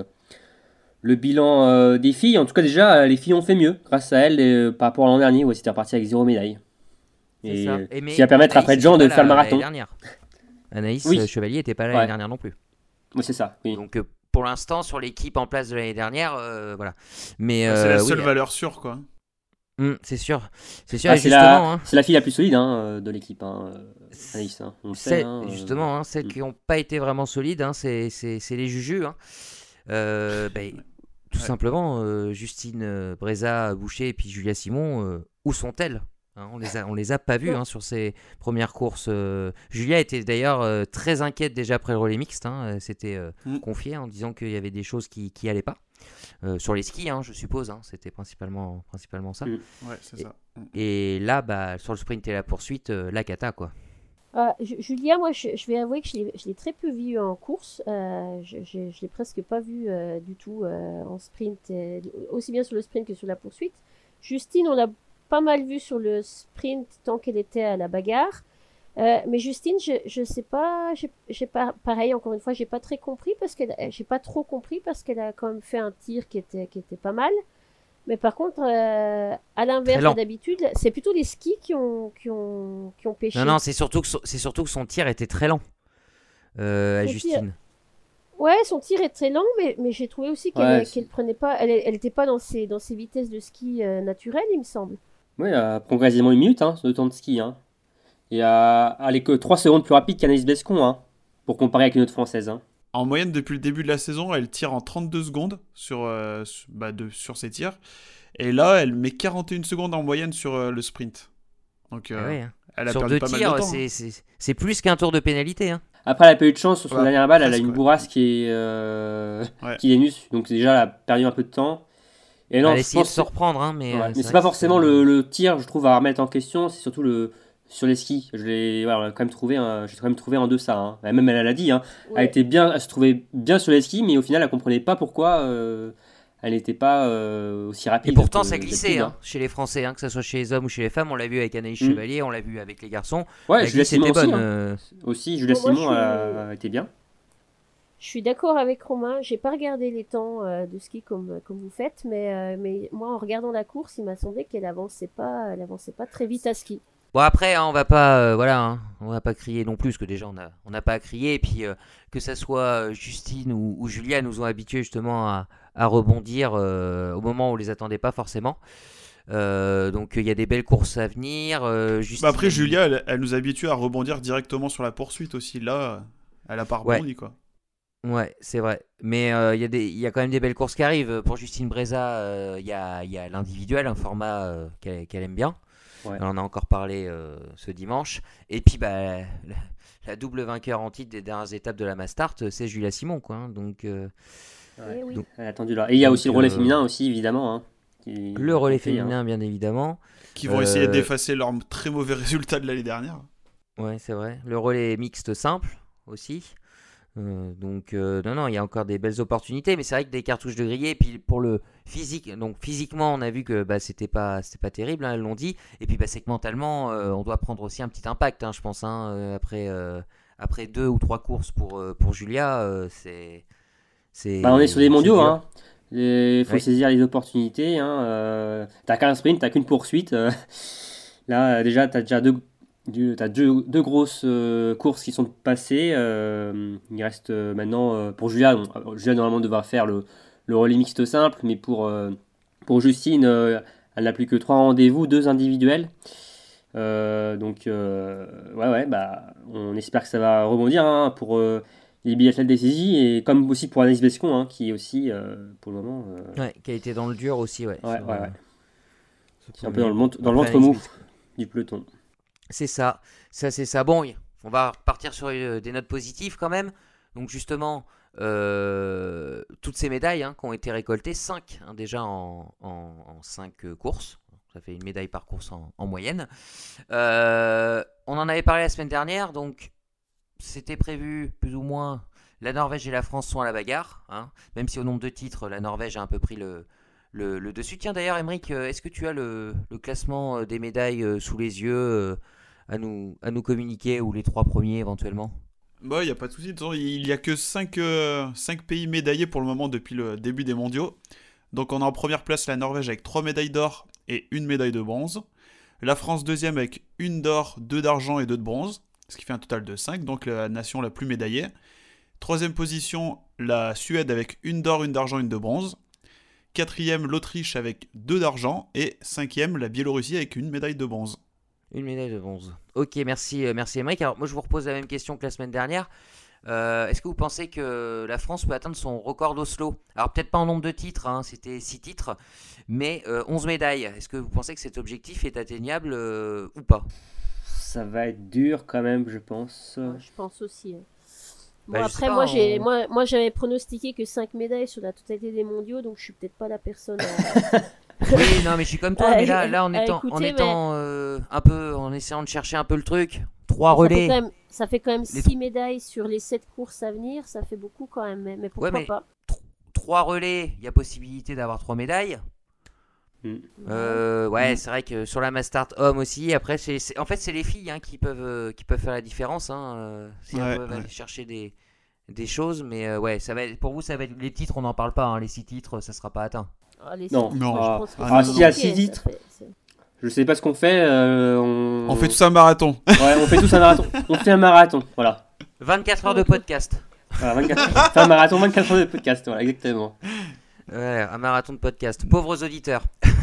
le bilan euh, des filles. En tout cas, déjà, euh, les filles ont fait mieux grâce à elle euh, par rapport à l'an dernier où elles étaient reparties avec zéro médaille. C'est Et ça. euh, Et mais qui va permettre à Anaïs Fred Jean était de pas faire le là marathon. l'année dernière. Anaïs Oui. euh, Chevalier n'était pas là Ouais. l'année dernière non plus. Oui, c'est ça. Oui. Donc euh, pour l'instant, sur l'équipe en place de l'année dernière, euh, voilà. Mais Ah, c'est euh, la oui, seule euh, valeur sûre, quoi. hum, c'est sûr, c'est sûr. Ah, et c'est, justement, la, hein, c'est la fille la plus solide hein, euh, de l'équipe, hein, euh, Anaïs. Hein. On le sait. c'est- hein, euh, justement, hein, celles mm. qui n'ont pas été vraiment solides, hein, c'est, c'est, c'est les jujus. Hein. Euh, ben, tout Ouais. simplement, euh, Justine euh, Breza Boucher et puis Julia Simon, euh, où sont-elles? Hein, on les a, on les a pas vues hein, sur ces premières courses. euh. Julia était d'ailleurs euh, très inquiète déjà après le relais mixte. Hein, elle s'était euh, Mm. confiée en disant qu'il y avait des choses qui qui allaient pas. Euh, sur les skis, hein, je suppose. Hein, c'était principalement, principalement ça. Mm. Ouais, c'est Et- ça. Mm. Et là, bah, sur le sprint et la poursuite, euh, la cata quoi. Ah, Ju- Julia, moi, je, je vais avouer que je l'ai, je l'ai très peu vue en course. Euh, je, je, je l'ai presque pas vue euh, du tout euh, en sprint, euh, aussi bien sur le sprint que sur la poursuite. Justine, on l'a pas mal vue sur le sprint tant qu'elle était à la bagarre. Euh, mais Justine, je, je sais pas, j'ai, j'ai pas, pareil, encore une fois, j'ai pas très compris parce qu'elle, j'ai pas trop compris parce qu'elle a quand même fait un tir qui était, qui était pas mal. Mais par contre, euh, à l'inverse Très lent. de d'habitude, c'est plutôt les skis qui ont, qui ont, qui ont pêché. Non, non, c'est surtout que son, c'est surtout que son tir était très lent. Euh, à Son Justine. Ouais, son tir est très lent, mais, mais j'ai trouvé aussi qu'elle, Ouais, qu'elle prenait pas, elle, elle était pas dans ses, dans ses vitesses de ski euh, naturelles, il me semble. Oui, elle prend quasiment une minute hein, de temps de ski. Hein. Et euh, elle est que trois secondes plus rapide qu'Anaïs Bescon, hein, pour comparer avec une autre française. Hein. En moyenne, depuis le début de la saison, elle tire en trente-deux secondes sur, euh, sur- bah, de, sur ses tirs. Et là, elle met quarante et une secondes en moyenne sur euh, le sprint. Donc, euh, Ah ouais, hein. elle a Sur perdu deux pas mal tirs, de temps. c'est, c'est, c'est plus qu'un tour de pénalité. Hein. Après, elle a pas eu de chance sur son Ouais, dernière balle. Elle a presque, une ouais. bourrasque qui est, euh, Ouais. qui est nulle. Donc déjà, elle a perdu un peu de temps. Et non, Elle je essayer de pense se reprendre, hein, mais, Ouais, euh, mais c'est c'est vrai pas que forcément le, le tir, je trouve, à remettre en question, c'est surtout le sur les skis. Je l'ai, voilà, on a quand même trouvé, un- j'ai quand même trouvé en deçà. Hein. Elle- Même elle l'a dit, hein. Elle Ouais. était bien, elle se trouvait bien sur les skis, mais au final, elle comprenait pas pourquoi euh, elle n'était pas euh, aussi rapide. Et pourtant, que ça glissait d'habitude, hein, chez les Français, hein, que ce soit chez les hommes ou chez les femmes. On l'a vu avec Anaïs Mm. Chevalier, on l'a vu avec les garçons. Ouais, La Julia glisse Simon était aussi. bonne. Hein. euh, Aussi, Julia Bon, moi, Simon je suis- a été bien. Je suis d'accord avec Romain. J'ai pas regardé les temps euh, de ski comme comme vous faites, mais euh, mais moi en regardant la course, il m'a semblé qu'elle avançait pas, elle avançait pas très vite à ski. Bon après, hein, on va pas, euh, voilà, hein, on va pas crier non plus, parce que déjà on a, on n'a pas à crier. Et puis euh, que ça soit euh, Justine ou, ou Julia nous ont habitués justement à, à rebondir euh, au moment où on les attendait pas forcément. Euh, donc il y a des belles courses à venir. euh, Justine, Bah après, elle- Julia, elle, elle nous habitue à rebondir directement sur la poursuite aussi. Là, elle a pas Ouais. rebondi, quoi. Ouais, c'est vrai. Mais euh, il y a des- il y a quand même des belles courses qui arrivent. Pour Justine Breza, euh, il y a, il y a l'individuel, un format euh, qu'elle qu'elle aime bien. Ouais. Elle en a encore parlé euh, ce dimanche. Et puis, bah, la, la double vainqueur en titre des dernières étapes de la Mastart, c'est Julia Simon, quoi. hein. Donc, euh, Ouais. Eh oui. Donc- Elle a attendu là. Et il y a Donc, aussi le relais euh, féminin aussi, évidemment. Hein, qui- le relais qui fait, hein. féminin, bien évidemment. Qui vont Euh, essayer d'effacer leurs très mauvais résultats de l'année dernière. Ouais, c'est vrai. Le relais mixte simple aussi. Euh, donc euh, non non il y a encore des belles opportunités, mais c'est vrai que des cartouches de grillé. Et puis pour le physique, donc physiquement on a vu que bah, c'était pas c'était pas terrible, hein, elles l'ont dit. Et puis bah, c'est que mentalement euh, on doit prendre aussi un petit impact, hein, je pense, hein, euh, après euh, après deux ou trois courses pour euh, pour Julia, euh, c'est c'est Bah, on est sur des c'est mondiaux, dur. hein. Il faut Oui. saisir les opportunités. Hein. Euh, t'as qu'un sprint, t'as qu'une poursuite. euh. Là, euh, déjà, t'as déjà deux, deux, t'as deux, deux grosses euh, courses qui sont passées. euh, il reste euh, maintenant, euh, pour Julia, bon, euh, Julia normalement devra faire le, le relais mixte simple, mais pour, euh, pour Justine, euh, elle n'a plus que trois rendez-vous, deux individuels. Euh, donc, euh, ouais, ouais, bah, on espère que ça va rebondir hein, pour euh, les biathlètes des saisies et comme aussi pour Anaïs Bescon, hein, qui est aussi, euh, pour le moment, euh, Ouais, qui a été dans le dur aussi, ouais. ouais, sur, ouais, euh, ouais. ce C'est un peu premier- dans le, ventre- dans le après ventre mou Anaïs Bescon. du peloton. C'est ça, ça c'est ça. Bon, y- on va repartir sur euh, des notes positives quand même. Donc justement, euh, toutes ces médailles hein, qui ont été récoltées, cinq déjà en, en, cinq courses. Ça fait une médaille par course en, en moyenne. Euh, on en avait parlé la semaine dernière, donc c'était prévu plus ou moins. La Norvège et la France sont à la bagarre, hein, même si au nombre de titres, la Norvège a un peu pris le, le, le dessus. Tiens d'ailleurs, Aymeric, euh, est-ce que tu as le, le classement euh, des médailles euh, sous les yeux euh, à, nous, à nous communiquer, ou les trois premiers éventuellement? Bah, il n'y a pas de souci. De toute façon, il n'y a que cinq pays médaillés pour le moment depuis le début des mondiaux. Donc on a en première place la Norvège avec trois médailles d'or et une médaille de bronze. La France deuxième avec une d'or, deux d'argent et deux de bronze, ce qui fait un total de cinq, donc la nation la plus médaillée. Troisième position, la Suède avec une d'or, une d'argent, une de bronze. Quatrième, l'Autriche avec deux d'argent. Et cinquième, la Biélorussie avec une médaille de bronze. Une médaille de bronze. Ok, merci, euh, merci Aymeric. Alors moi je vous repose la même question que la semaine dernière. Euh, Est-ce que vous pensez que la France peut atteindre son record d'Oslo? Alors peut-être pas en nombre de titres, hein, c'était six titres, mais euh, onze médailles. Est-ce que vous pensez que cet objectif est atteignable euh, ou pas? Ça va être dur quand même, je pense. Ouais, je pense aussi. hein. Bon, Bah, je sais après, pas, moi, on- j'ai, moi, moi, j'avais pronostiqué que cinq médailles sur la totalité des mondiaux, donc je suis peut-être pas la personne à... Oui, non, mais je suis comme toi, Ah, mais là, là en ah, étant, en écoutez, étant euh, un peu, en essayant de chercher un peu le truc, trois Ça fait relais. quand même, ça fait quand même Les six médailles sur les sept courses à venir, ça fait beaucoup quand même, mais, mais pourquoi Ouais, mais- pas Trois relais, il y a possibilité d'avoir trois médailles. Mm. Euh, ouais, Mm. c'est vrai que sur la Mastart homme aussi. Après, c'est, c'est- en fait, c'est les filles hein, qui peuvent, euh, qui peuvent faire la différence. Hein, euh, si Ouais, elles peuvent ouais. aller chercher des, des choses, mais euh, ouais, ça va être, pour vous, ça va être les titres. On n'en parle pas. hein, les six titres, ça sera pas atteint. Ah, les Non, six- non. je Ah, pense que ah, c'est non, s'il y a compliqué, six ça titres. fait- c'est- Je sais pas ce qu'on fait. euh, on... On fait tous un marathon. Ouais, on fait tous un marathon. On fait un marathon, voilà. vingt-quatre heures de Ok. podcast. Voilà, vingt-quatre... on fait un marathon, vingt-quatre heures de podcast, voilà, exactement. Ouais, un marathon de podcast. Pauvres auditeurs.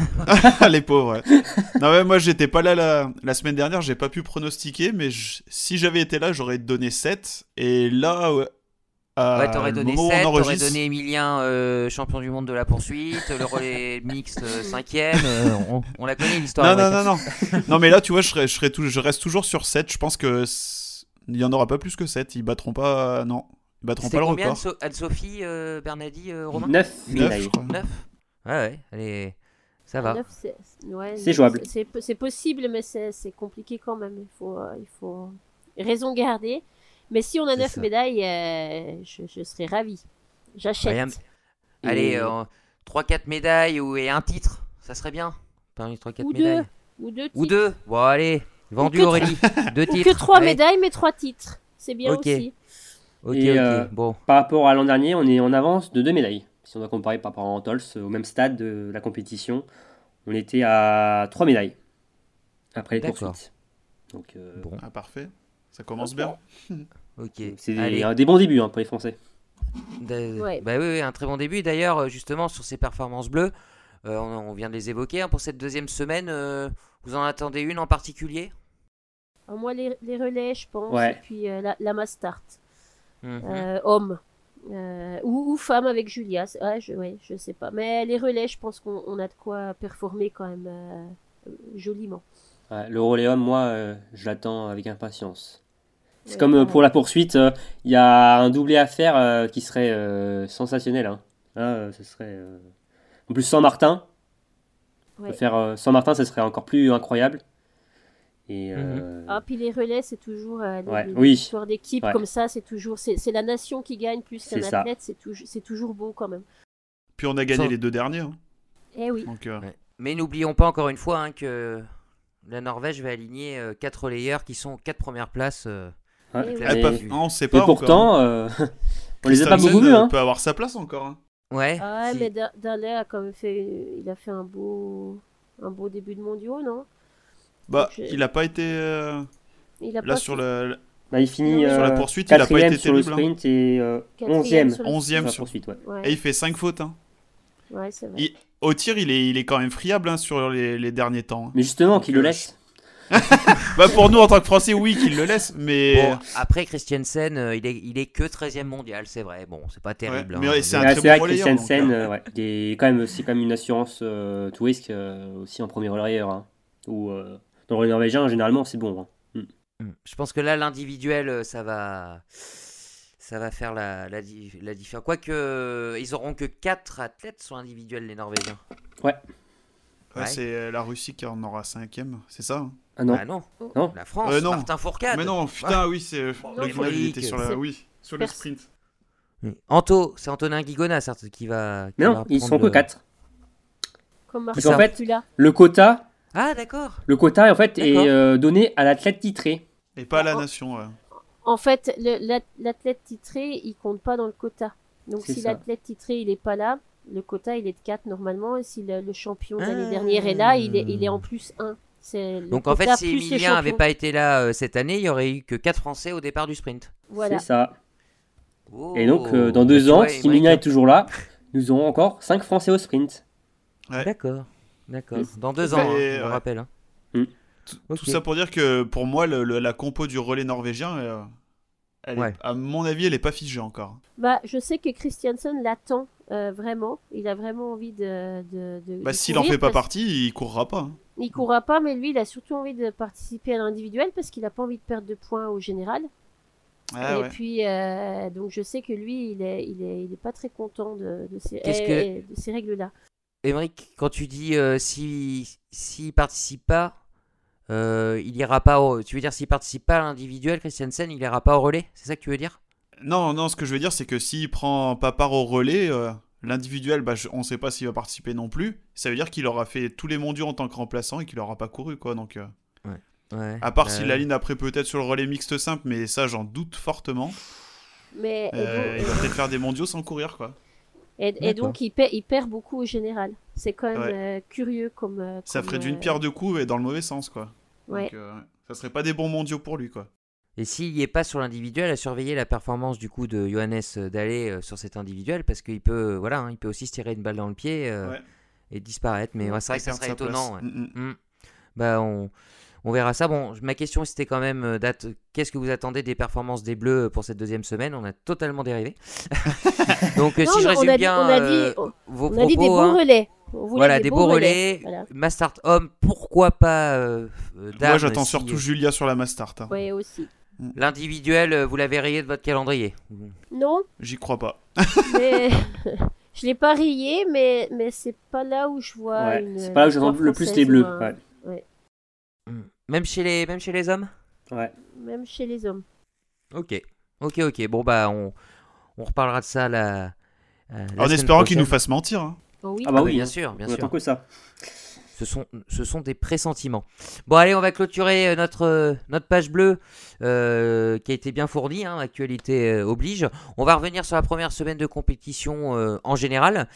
Les pauvres. Ouais. Non, ouais, moi, j'étais pas là la, la semaine dernière, j'ai pas pu pronostiquer, mais je- si j'avais été là, j'aurais donné sept. Et là, ouais, à Ouais, t'aurais le donné moment où on sept, t'aurais enregistre- donné Emilien euh, champion du monde de la poursuite, le relais mixte euh, cinquième. euh, on, on la connaît l'histoire. Non, non, ouais. non, non. Non, mais là, tu vois, je, serais, je, serais tout- je reste toujours sur sept. Je pense que c- il y en aura pas plus que sept. Ils battront pas. Non, ils battront C'était pas le combien record. Anne-So- Anne-Sophie, euh, Bernadi, euh, Romain? neuf Neuf, médailles. je crois. neuf Ouais, ouais, allez, ça va. À neuf, c'est ouais, C'est jouable. C'est, c'est, c'est possible, mais c'est, c'est compliqué quand même. Il faut, euh, il faut raison garder. Mais si on a C'est neuf ça. médailles, euh, je, je serais ravie. J'achète. Ouais, Et- Allez, euh, trois quatre médailles ou, et un titre, ça serait bien. Parmi trois quatre Ou médailles. deux. Ou deux titres. Ou deux. Bon, allez, vendu que trois- Aurélie. Deux Ou titres. que trois allez. médailles, mais trois titres. C'est bien Ok. aussi. Ok, Et, ok. euh, Bon, Par rapport à l'an dernier, on est en avance de deux médailles. Si on doit comparer par rapport à Antols, au même stade de la compétition, on était à trois médailles après les D'accord. poursuites. Donc, euh, bon, Ah, parfait. Ça commence bien. ok. c'est Allez. des, un des bons débuts hein, pour les Français. Da- Ouais. Bah oui, oui, un très bon début. D'ailleurs, euh, justement, sur ces performances bleues, euh, on, on vient de les évoquer. Hein, pour cette deuxième semaine, euh, vous en attendez une en particulier? Alors, moi, les, les relais, je pense. Ouais. Et puis euh, la, la Mastart. Mhm. Euh, homme. Euh, ou, ou femme avec Julia. C'est- Ouais je, ouais, je sais pas. Mais les relais, je pense qu'on on a de quoi performer quand même euh, euh, joliment. Ouais, le Roléum, moi, euh, je l'attends avec impatience. C'est Ouais, comme euh, pareil. pour la poursuite, euh, il y a un doublé à faire euh, qui serait euh, sensationnel. Hein. Là, euh, ce serait. euh, En plus, sans Martin, Ouais. faire euh, sans Martin, ça serait encore plus incroyable. Et euh, Ah, puis les relais, c'est toujours euh, les, Ouais, les oui. histoires d'équipe Ouais. comme ça, c'est toujours c'est, c'est la nation qui gagne plus C'est qu'un ça. athlète, c'est toujours c'est toujours beau quand même. Puis on a gagné Sans- les deux derniers. hein. Eh oui. Donc, euh, Ouais. Mais n'oublions pas encore une fois hein, que la Norvège va aligner euh, quatre relayeurs qui sont aux quatre premières places. euh, ouais, Eh oui. ah, mais- pas- non, on sait et pas encore. pourtant, euh, on les a pas Christensen, beaucoup vus. euh, Hein. peut avoir sa place encore. hein. Ouais. Ah si- mais Da- Daller a quand même fait il a fait un beau un beau début de mondiaux, non? Bah, Donc, je- il a pas été. euh, Il a Là, pas sur, fait le, Bah, il finit Sur la euh, poursuite, il a pas quatrième été sur le terrible, hein. sprint et euh, quatrième onzième sur sur le- onzième la sur. poursuite. Ouais. Ouais, Et il fait cinq fautes. hein. ouais, c'est vrai. Il- Au tir, il est, il est quand même friable hein, sur les, les derniers temps. hein. Mais justement, qu'il le euh, laisse. Bah, pour nous, en tant que Français, oui, qu'il le laisse. Mais. Bon, après Christiansen, euh, il est, il est que treizième mondial, c'est vrai. Bon, c'est pas terrible. mais hein. ouais, c'est un Ouais, très c'est bon vrai que relayeur, Christiansen, donc, euh, ouais, il est quand même, c'est quand même une assurance euh, tout risque euh, aussi en premier relayeur. Hein, ou euh, dans le relais norvégien, généralement, c'est bon. Hein. Mm. Je pense que là, l'individuel, euh, ça va, ça va faire la, la, di- la différence. Quoique, euh, ils auront que quatre athlètes sur individuel, les Norvégiens. Ouais, Ouais. c'est la Russie qui en aura cinquième, c'est ça hein. Ah non, Ah non, non. la France, Euh, non. Martin Fourcade. Mais non, putain, oui, c'est. Non, Le Guinal, il était sur la. c'est- Oui, sur le Pers- sprint. Oui. Anto, c'est Antonin Guigona, certes, qui va. qui Mais va non, ils reprendre sont que le- quatre. Comme Parce Martin qu'en fait, Tula. Le quota, Ah, d'accord. le quota en fait D'accord. est euh, donné à l'athlète titré. Et pas à la Oh. nation. ouais. En fait, le- l'at- l'athlète titré, il compte pas dans le quota. Donc C'est si ça. l'athlète titré, il est pas là, le quota, il est de quatre normalement. Et si le, le champion de l'année Ah. dernière est là, il est, il est en plus un. C'est le Donc en fait, quota si plus le Emilien avait champion. pas été là euh, cette année, il y aurait eu que quatre Français au départ du sprint. Voilà. C'est ça. Oh. Et donc, euh, dans Bah, deux tu ans, vois, si Emmerich, Emilien est toujours là, nous aurons encore cinq Français au sprint. Ouais. D'accord, d'accord. Oui. Dans deux Et, ans, hein, je ouais. le rappelle. hein. Tout, Ok. tout ça pour dire que pour moi, le- le- la compo du relais norvégien, euh, elle est- Ouais. à mon avis, elle est pas figée encore. Bah, je sais que Christiansen l'attend euh, vraiment. Il a vraiment envie de. de, de Bah, de s'il en courir fait pas parce- partie, il courra pas. hein. Il courra pas, mais lui, il a surtout envie de participer à l'individuel parce qu'il a pas envie de perdre de points au général. Ah et ouais. puis, euh, donc je sais que lui, il est, il est, il est pas très content de, de ces, Qu'est-ce eh, que- eh, de ces règles-là. Émeric, quand tu dis euh, si s'il participe pas, euh, il ira pas au. Tu veux dire s'il participe pas à l'individuel, Christiansen, il ira pas au relais? C'est ça que tu veux dire? Non, non, ce que je veux dire, c'est que s'il prend pas part au relais, euh, l'individuel, bah, je- on sait pas s'il va participer non plus. Ça veut dire qu'il aura fait tous les mondiaux en tant que remplaçant et qu'il aura pas couru, quoi. Donc, euh, Ouais. à part Euh, s'il aligne après peut-être sur le relais mixte simple, mais ça, j'en doute fortement. Mais, et Euh, donc- il va peut-être faire des mondiaux sans courir, quoi. Et, et D'accord. donc, il perd, il perd beaucoup au général. C'est quand même Ouais. euh, curieux comme. euh, Ça comme, ferait d'une euh, pierre deux coups et dans le mauvais sens, quoi. Ouais. Donc, euh, ça serait pas des bons mondiaux pour lui, quoi. Et s'il n'y est pas sur l'individuel, à surveiller la performance du coup de Johannes Dalle euh, sur cet individuel, parce qu'il peut, voilà, hein, il peut aussi se tirer une balle dans le pied euh, Ouais. et disparaître. Mais ouais, c'est vrai Et que ça perdre serait sa place. étonnant. ouais. Mm, mm. Mm. Bah, on, on verra ça. Bon, ma question c'était quand même, euh, date, qu'est-ce que vous attendez des performances des Bleus pour cette deuxième semaine? On a totalement dérivé. Donc euh, Non, si je on a résume dit- bien on a euh, dit- on- vos On propos, a dit des beaux hein. relais. On voulait Voilà, des beaux relais. Voilà. Mastart homme, pourquoi pas euh, euh, Moi, dame, j'attends si- surtout Julia sur la Mastart. hein. Ouais, aussi. L'individuel, euh, vous l'avez rayé de votre calendrier. Non, J'y crois pas. mais Je l'ai pas rayé, mais, mais c'est pas là où je vois. Ouais, une c'est pas là où j'entends victoire le plus française les bleus. ou un- Ouais. Même chez les, même chez les hommes. Ouais. Même chez les hommes. Ok, ok, ok. Bon bah on, on reparlera de ça la. euh, la En semaine espérant qu'il nous prochaine. fasse mentir. hein. Oh oui. Ah bah Ah oui, bien hein. sûr, bien On sûr. attend que ça. Ce sont, ce sont des pressentiments. Bon, allez, on va clôturer euh, notre, euh, notre page bleue euh, qui a été bien fournie, hein, actualité euh, oblige. On va revenir sur la première semaine de compétition euh, en général.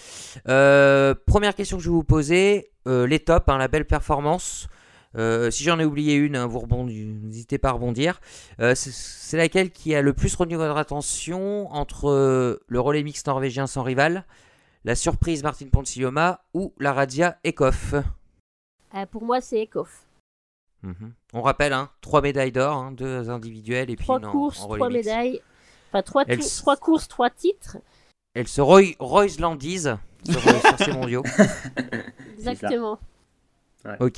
Euh, première question que je vais vous poser, euh, les tops, hein, la belle performance. Euh, si j'en ai oublié une, hein, vous rebondissez, n'hésitez pas à rebondir. Euh, c'est, c'est laquelle qui a le plus retenu votre attention entre euh, le relais mixte norvégien sans rival, la surprise Martin Ponsiluoma ou la Radia Ekhoff? Euh, pour moi, c'est Ekhoff. Mhm. On rappelle, hein, trois médailles d'or, hein, deux individuelles et puis Trois une en- courses, en relais trois mixte. médailles. Enfin, trois, Elle tou- s- trois courses, trois titres. Elle se roy- roylandise sur, euh, sur ces mondiaux. Exactement. Ok,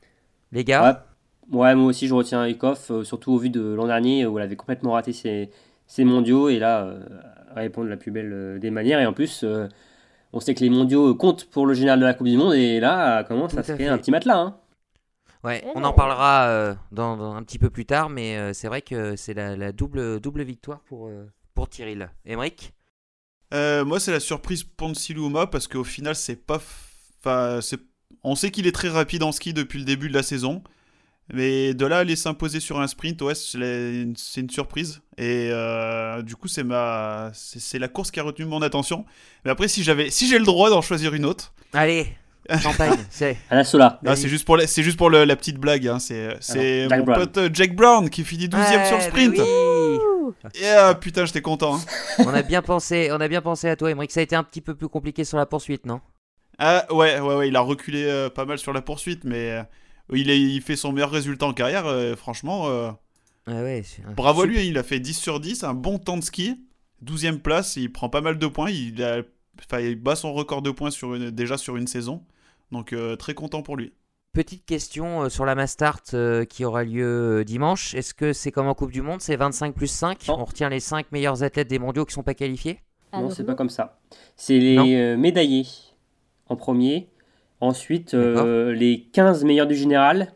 les gars. Ouais. Ouais, moi aussi je retiens Ekhoff, euh, surtout au vu de l'an dernier où elle avait complètement raté ses, ses mondiaux et là, euh, elle répond de la plus belle euh, des manières. Et en plus, euh, on sait que les mondiaux comptent pour le général de la Coupe du Monde et là, elle commence Tout à à se fait. créer un petit matelas. Hein. Ouais, Eh on non. en parlera euh, dans, dans un petit peu plus tard, mais euh, c'est vrai que c'est la, la double, double victoire pour, euh, pour Tyrrell. Emmerich? Euh, moi, c'est la surprise Ponsiluoma parce qu'au final, c'est pas. f- Enfin, c'est. On sait qu'il est très rapide en ski depuis le début de la saison. Mais de là à aller s'imposer sur un sprint, ouais, c'est la- c'est une surprise. Et euh, du coup, c'est ma, c'est c'est la course qui a retenu mon attention. Mais après, si j'avais, si j'ai le droit d'en choisir une autre, Allez, champagne, c'est... À la Sola. ah, c'est juste pour la, c'est juste pour le- la petite blague. Hein. C'est, c'est Jack mon Brown. pote euh, Jack Brown qui finit douzième sur le Ouais, sprint. bah oui. Ouh. Et ah, putain, j'étais content. Hein. on, a bien pensé, on a bien pensé à toi, Emmerich. Ça a été un petit peu plus compliqué sur la poursuite, non? Ah ouais, ouais, ouais, il a reculé euh, pas mal sur la poursuite, mais euh, il, est, il fait son meilleur résultat en carrière. euh, franchement, euh, Ah ouais, c'est- bravo à Sup- lui. Il a fait dix sur dix, un bon temps de ski, douzième place. Il prend pas mal de points. Il, a, enfin, il bat son record de points sur une, déjà sur une saison. Donc euh, très content pour lui. Petite question euh, sur la Mastart euh, qui aura lieu euh, dimanche. Est-ce que c'est comme en Coupe du Monde? C'est vingt-cinq plus cinq? Non. On retient les cinq meilleurs athlètes des mondiaux qui sont pas qualifiés? Non, Alors, c'est non. pas comme ça. C'est les Non. euh, médaillés en premier. Ensuite, euh, les quinze meilleurs du général.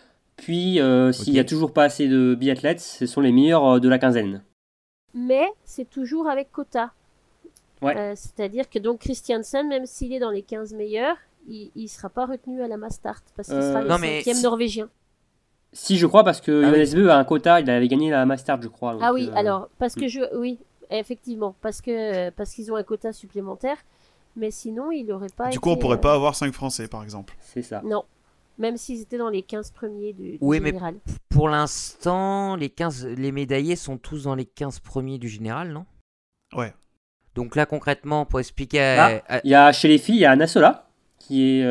Puis, euh, s'il n'y a Ok. toujours pas assez de biathlètes, ce sont les meilleurs euh, de la quinzaine. Mais c'est toujours avec quota. Ouais. Euh, c'est-à-dire que donc Christiansen, même s'il est dans les quinze meilleurs, il ne sera pas retenu à la Mastart parce qu'il Euh, sera le non, mais cinquième si- norvégien. Si, je crois, parce que Ah oui. Johannes Bö a un quota, il avait gagné la Mastart, je crois. donc, Ah oui, euh, alors, parce que mm. je. Oui, effectivement, parce que parce qu'ils ont un quota supplémentaire, mais sinon, il n'aurait pas Du été, coup, on pourrait euh, pas avoir cinq Français, par exemple. C'est ça. Non, même s'ils étaient dans les quinze premiers du, du Oui, mais- général. Pour l'instant, les, quinze, les médaillés sont tous dans les quinze premiers du général, non? Ouais. Donc là, concrètement, pour expliquer à- Ah, à- Il y a, chez les filles, il y a Anna Sola, qui est...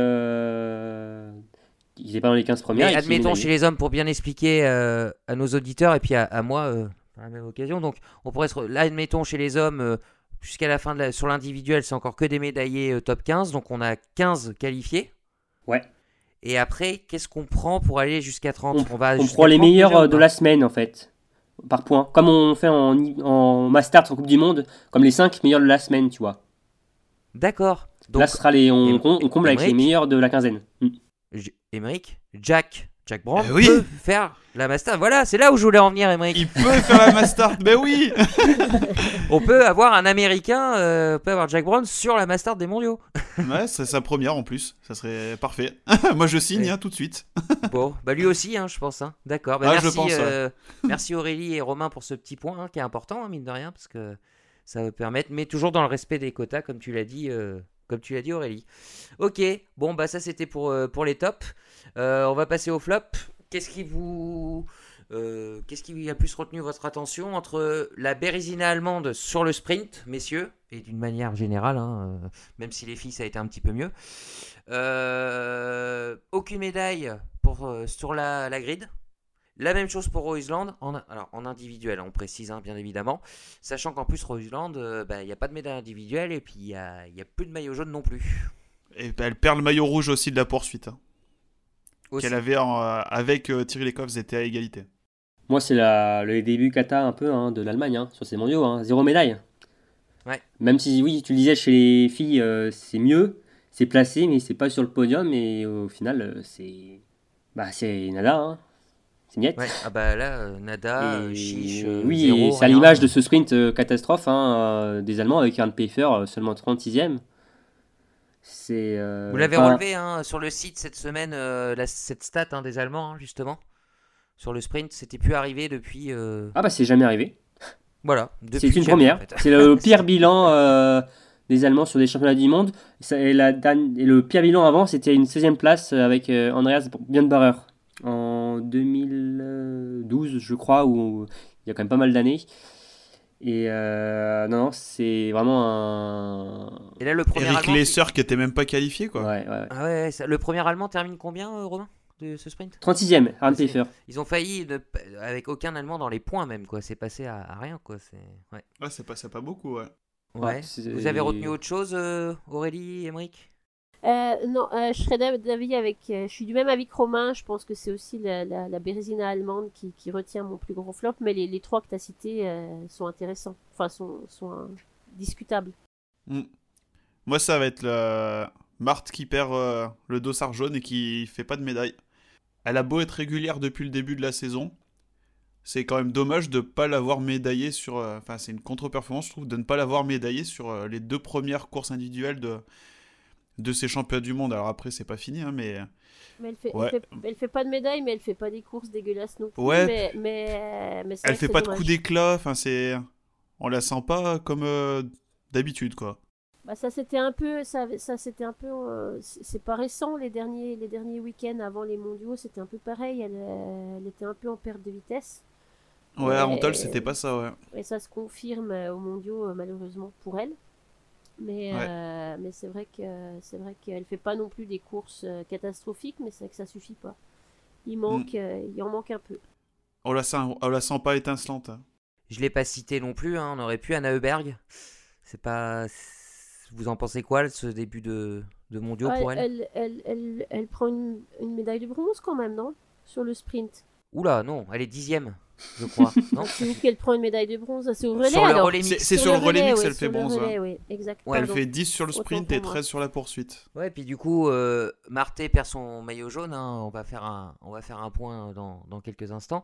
Euh... Il n'est pas dans les quinze premières. mais et qui est admettons médaillée. chez les hommes, pour bien expliquer euh, à nos auditeurs et puis à, à moi, euh, à la même occasion. Donc, on pourrait se... re- là, admettons chez les hommes, euh, jusqu'à la fin de la... sur l'individuel, c'est encore que des médaillés euh, top quinze. Donc, on a quinze qualifiés. Ouais. Et après, qu'est-ce qu'on prend pour aller jusqu'à trente? On, va on jusqu'à prend les trente meilleurs déjà ou euh, de pas? la semaine, en fait, par point. Comme on fait en, en Mastart en Coupe du Monde, comme les cinq meilleurs de la semaine, tu vois. D'accord. Donc, Là, ce sera les, on, Em- on, on comble avec les Emmerich meilleurs de la quinzaine. Mm. J- Emmerich, Jack, Jack Brown Eh oui. peut faire la Mastart. Voilà, c'est là où je voulais en venir, Emmerich. Il peut faire la Mastart, mais oui. On peut avoir un Américain, euh, on peut avoir Jack Brown sur la Mastart des mondiaux. Ouais, c'est sa première en plus. Ça serait parfait. Moi, je signe Ouais. hein, tout de suite. Bon, bah lui aussi, hein, je pense. Hein. D'accord. Bah, Ah, merci, je pense, ouais. euh, merci Aurélie et Romain pour ce petit point hein, qui est important, hein, mine de rien, parce que ça va permettre, mais toujours dans le respect des quotas, comme tu l'as dit, euh, comme tu l'as dit Aurélie. Ok. Bon, bah ça c'était pour euh, pour les tops. Euh, on va passer au flop. Qu'est-ce qui vous euh, qu'est-ce qui a plus retenu votre attention entre la Bérésina allemande sur le sprint, messieurs, et d'une manière générale, hein, euh, même si les filles ça a été un petit peu mieux. Euh, aucune médaille pour, euh, sur la, la grid. La même chose pour Roisland, en, alors en individuel, on précise hein, bien évidemment, sachant qu'en plus Roisland, il euh, n'y bah, a pas de médaille individuelle et puis il n'y a, y a plus de maillot jaune non plus. Et bah, elle perd le maillot rouge aussi de la poursuite. Hein, Aussi. qu'elle avait en, euh, avec euh, Tyrrell Ekhoff, ils étaient à égalité. Moi, c'est la, le début kata un peu hein, de l'Allemagne hein, sur ces mondiaux. Hein. Zéro médaille. Ouais. Même si, oui, tu le disais, chez les filles, euh, c'est mieux, c'est placé, mais c'est pas sur le podium. Et au final, euh, c'est bah, c'est nada, hein. C'est miette. Ouais, ah bah là, euh, nada, euh, Et chiche, euh, oui, zéro, et c'est à rien. l'image de ce sprint euh, catastrophe hein, euh, des Allemands avec Arne Pfeiffer euh, seulement trente-sixième. C'est. euh, Vous l'avez enfin, relevé hein, sur le site cette semaine, euh, la- cette stat hein, des Allemands, hein, justement. Sur le sprint, c'était plus arrivé depuis. euh, Ah bah c'est jamais arrivé. Voilà, depuis C'est une jamais, première. en fait. C'est le pire bilan euh, des Allemands sur des championnats du monde. Ça- Et, la, dan- et le pire bilan avant, c'était une seizième place avec euh, Andreas Birnbauer en deux mille douze, je crois, où il y a quand même pas mal d'années. Et euh, non, non, c'est vraiment un. Et là, le premier Eric Allemand. Lesser qui était même pas qualifié, quoi. Ouais, ouais, ouais. Ah ouais, ouais, ça- le premier Allemand termine combien, euh, Romain, de ce sprint? trente-sixième, Arne C'est- Pfeiffer. Ils ont failli, ne- avec aucun Allemand dans les points même, quoi. C'est passé à, à rien, quoi. C'est... Ouais. Ouais, ça passait pas beaucoup, ouais. Ouais. Ouais, c'est- Vous avez retenu autre chose, euh, Aurélie, Émeric? Euh, non, euh, je serais d'av- d'avis avec. euh, je suis du même avis que Romain. Je pense que c'est aussi la, la, la Bérésina allemande qui, qui retient mon plus gros flop. Mais les, les trois que tu as cités euh, sont intéressants. Enfin, sont, sont euh, discutables. Mm. Moi, ça va être le... Marthe qui perd euh, le dossard jaune et qui fait pas de médaille. Elle a beau être régulière depuis le début de la saison. C'est quand même dommage de pas l'avoir médaillée sur... euh, Enfin, c'est une contre-performance, je trouve, de ne pas l'avoir médaillée sur euh, les deux premières courses individuelles de, de ces championnats du monde. Alors après, c'est pas fini, hein, mais... Mais elle fait, Ouais. elle, fait, elle fait pas de médaille, mais elle fait pas des courses dégueulasses non plus. Ouais. Mais, mais, euh, mais c'est Elle vrai que fait c'est pas de dommage. coup d'éclat, enfin, c'est... On la sent pas comme euh, d'habitude, quoi. Bah ça c'était un peu, ça, ça c'était un peu, euh, c'est c'est pas récent les derniers, les derniers week-ends avant les mondiaux, c'était un peu pareil. Elle, euh, elle était un peu en perte de vitesse. Ouais, à Et- Montal, c'était pas ça, ouais. Et ça se confirme euh, aux mondiaux euh, malheureusement pour elle. Mais, Ouais. euh, mais c'est vrai que c'est vrai qu'elle fait pas non plus des courses euh, catastrophiques, mais c'est vrai que ça suffit pas. Il manque, euh, il en manque un peu. On la sent, on la sent pas étincelante. hein. Je l'ai pas cité non plus, hein. On aurait pu Anna Heuberg. C'est pas... Vous en pensez quoi, de ce début de, de mondiaux Ouais, pour elle? elle, elle, elle, elle prend une, une médaille de bronze quand même, non? Sur le sprint. Oula, non, elle est dixième, je crois. Non, C'est où qu'elle prend une médaille de bronze? C'est au relais sur le alors? relais C'est mixte. c'est sur le relais mix, ouais, elle fait sur le bronze. ouais. relais, oui, exact. Ouais, Elle pardon. fait dix sur le Autant sprint pour et moi. treize sur la poursuite. Ouais, puis du coup, euh, Marté perd son maillot jaune. hein, on, va faire un, on va faire un point dans, dans quelques instants.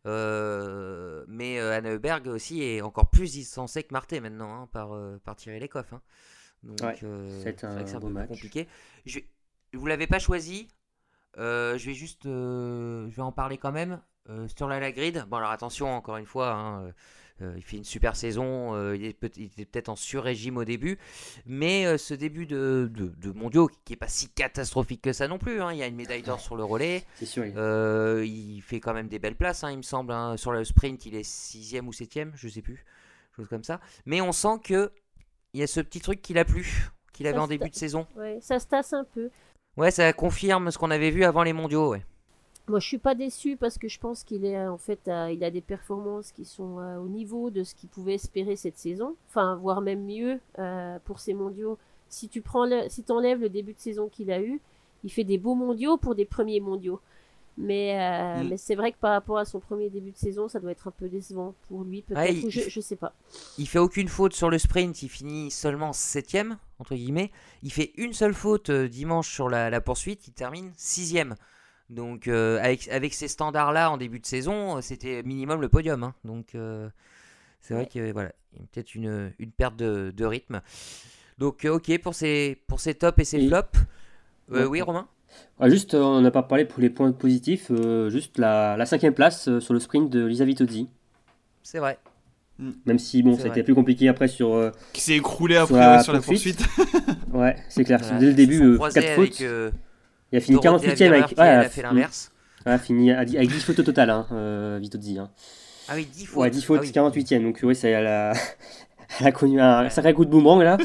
Euh, mais euh, Anna Heuberg aussi est encore plus distancée que Marté maintenant hein, par, euh, par Thierry Lecoff. Hein. Donc, Ouais, euh, c'est un vrai que c'est un beau peu plus match. compliqué. Je, vous l'avez pas choisi. Euh, je vais juste, euh, je vais en parler quand même. Euh, sur la, la grid. Bon alors attention encore une fois. Hein, euh, euh, il fait une super saison. euh, il, est peut- il était peut-être en sur-régime au début, mais euh, ce début de, de, de mondiaux qui est pas si catastrophique que ça non plus. Hein, il y a une médaille d'or sur le relais. C'est sûr. il- Euh, il fait quand même des belles places, hein, il me semble. hein. Sur le sprint, il est sixième ou septième, je sais plus, chose comme ça. Mais on sent que il y a ce petit truc qu'il a plu, qu'il avait Ça en se début ta- de saison. Ouais, ça se tasse un peu. Ouais, ça confirme ce qu'on avait vu avant les mondiaux. Ouais. Moi, je suis pas déçu parce que je pense qu'il est euh, en fait, euh, il a des performances qui sont euh, au niveau de ce qu'il pouvait espérer cette saison, enfin, voire même mieux euh, pour ces mondiaux. Si tu prends, le, si t'enlèves le début de saison qu'il a eu, il fait des beaux mondiaux pour des premiers mondiaux. Mais, euh, Mm. mais c'est vrai que par rapport à son premier début de saison, ça doit être un peu décevant pour lui, peut-être. Ouais, il- ou je, je sais pas. Il fait aucune faute sur le sprint, il finit seulement septième, entre guillemets. Il fait une seule faute euh, dimanche sur la, la poursuite, il termine sixième. Donc euh, avec, avec ces standards-là en début de saison, euh, c'était minimum le podium. hein. Donc euh, c'est vrai Ouais. que voilà, il y a peut-être une, une perte de, de rythme. Donc euh, ok pour ces, pour ces tops et ces Et- flops. Euh, Ouais. oui Romain? Ah, juste, euh, on n'a pas parlé pour les points positifs. euh, juste la, la cinquième place euh, sur le sprint de Lisa Vitozzi. C'est vrai. Même si bon, C'est c'était vrai. plus compliqué après sur. euh, Qui s'est écroulé Sur après la ouais, sur la poursuite. poursuite. Ouais, c'est clair. Voilà. Dès le Ils début, se sont euh, croisés quatre avec, fautes. euh, Il a fini Dorothée quarante-huitième Avireur avec. qui, ouais, elle, elle a fait mm, l'inverse. elle a fini à dix- avec dix fautes au total, hein, euh, Vitozzi. Hein. Ah oui, dix fautes. Ouais, dix fautes, Ah oui. quarante-huitième. Donc, oui, ça, elle, a... elle a connu un sacré coup de boomerang là.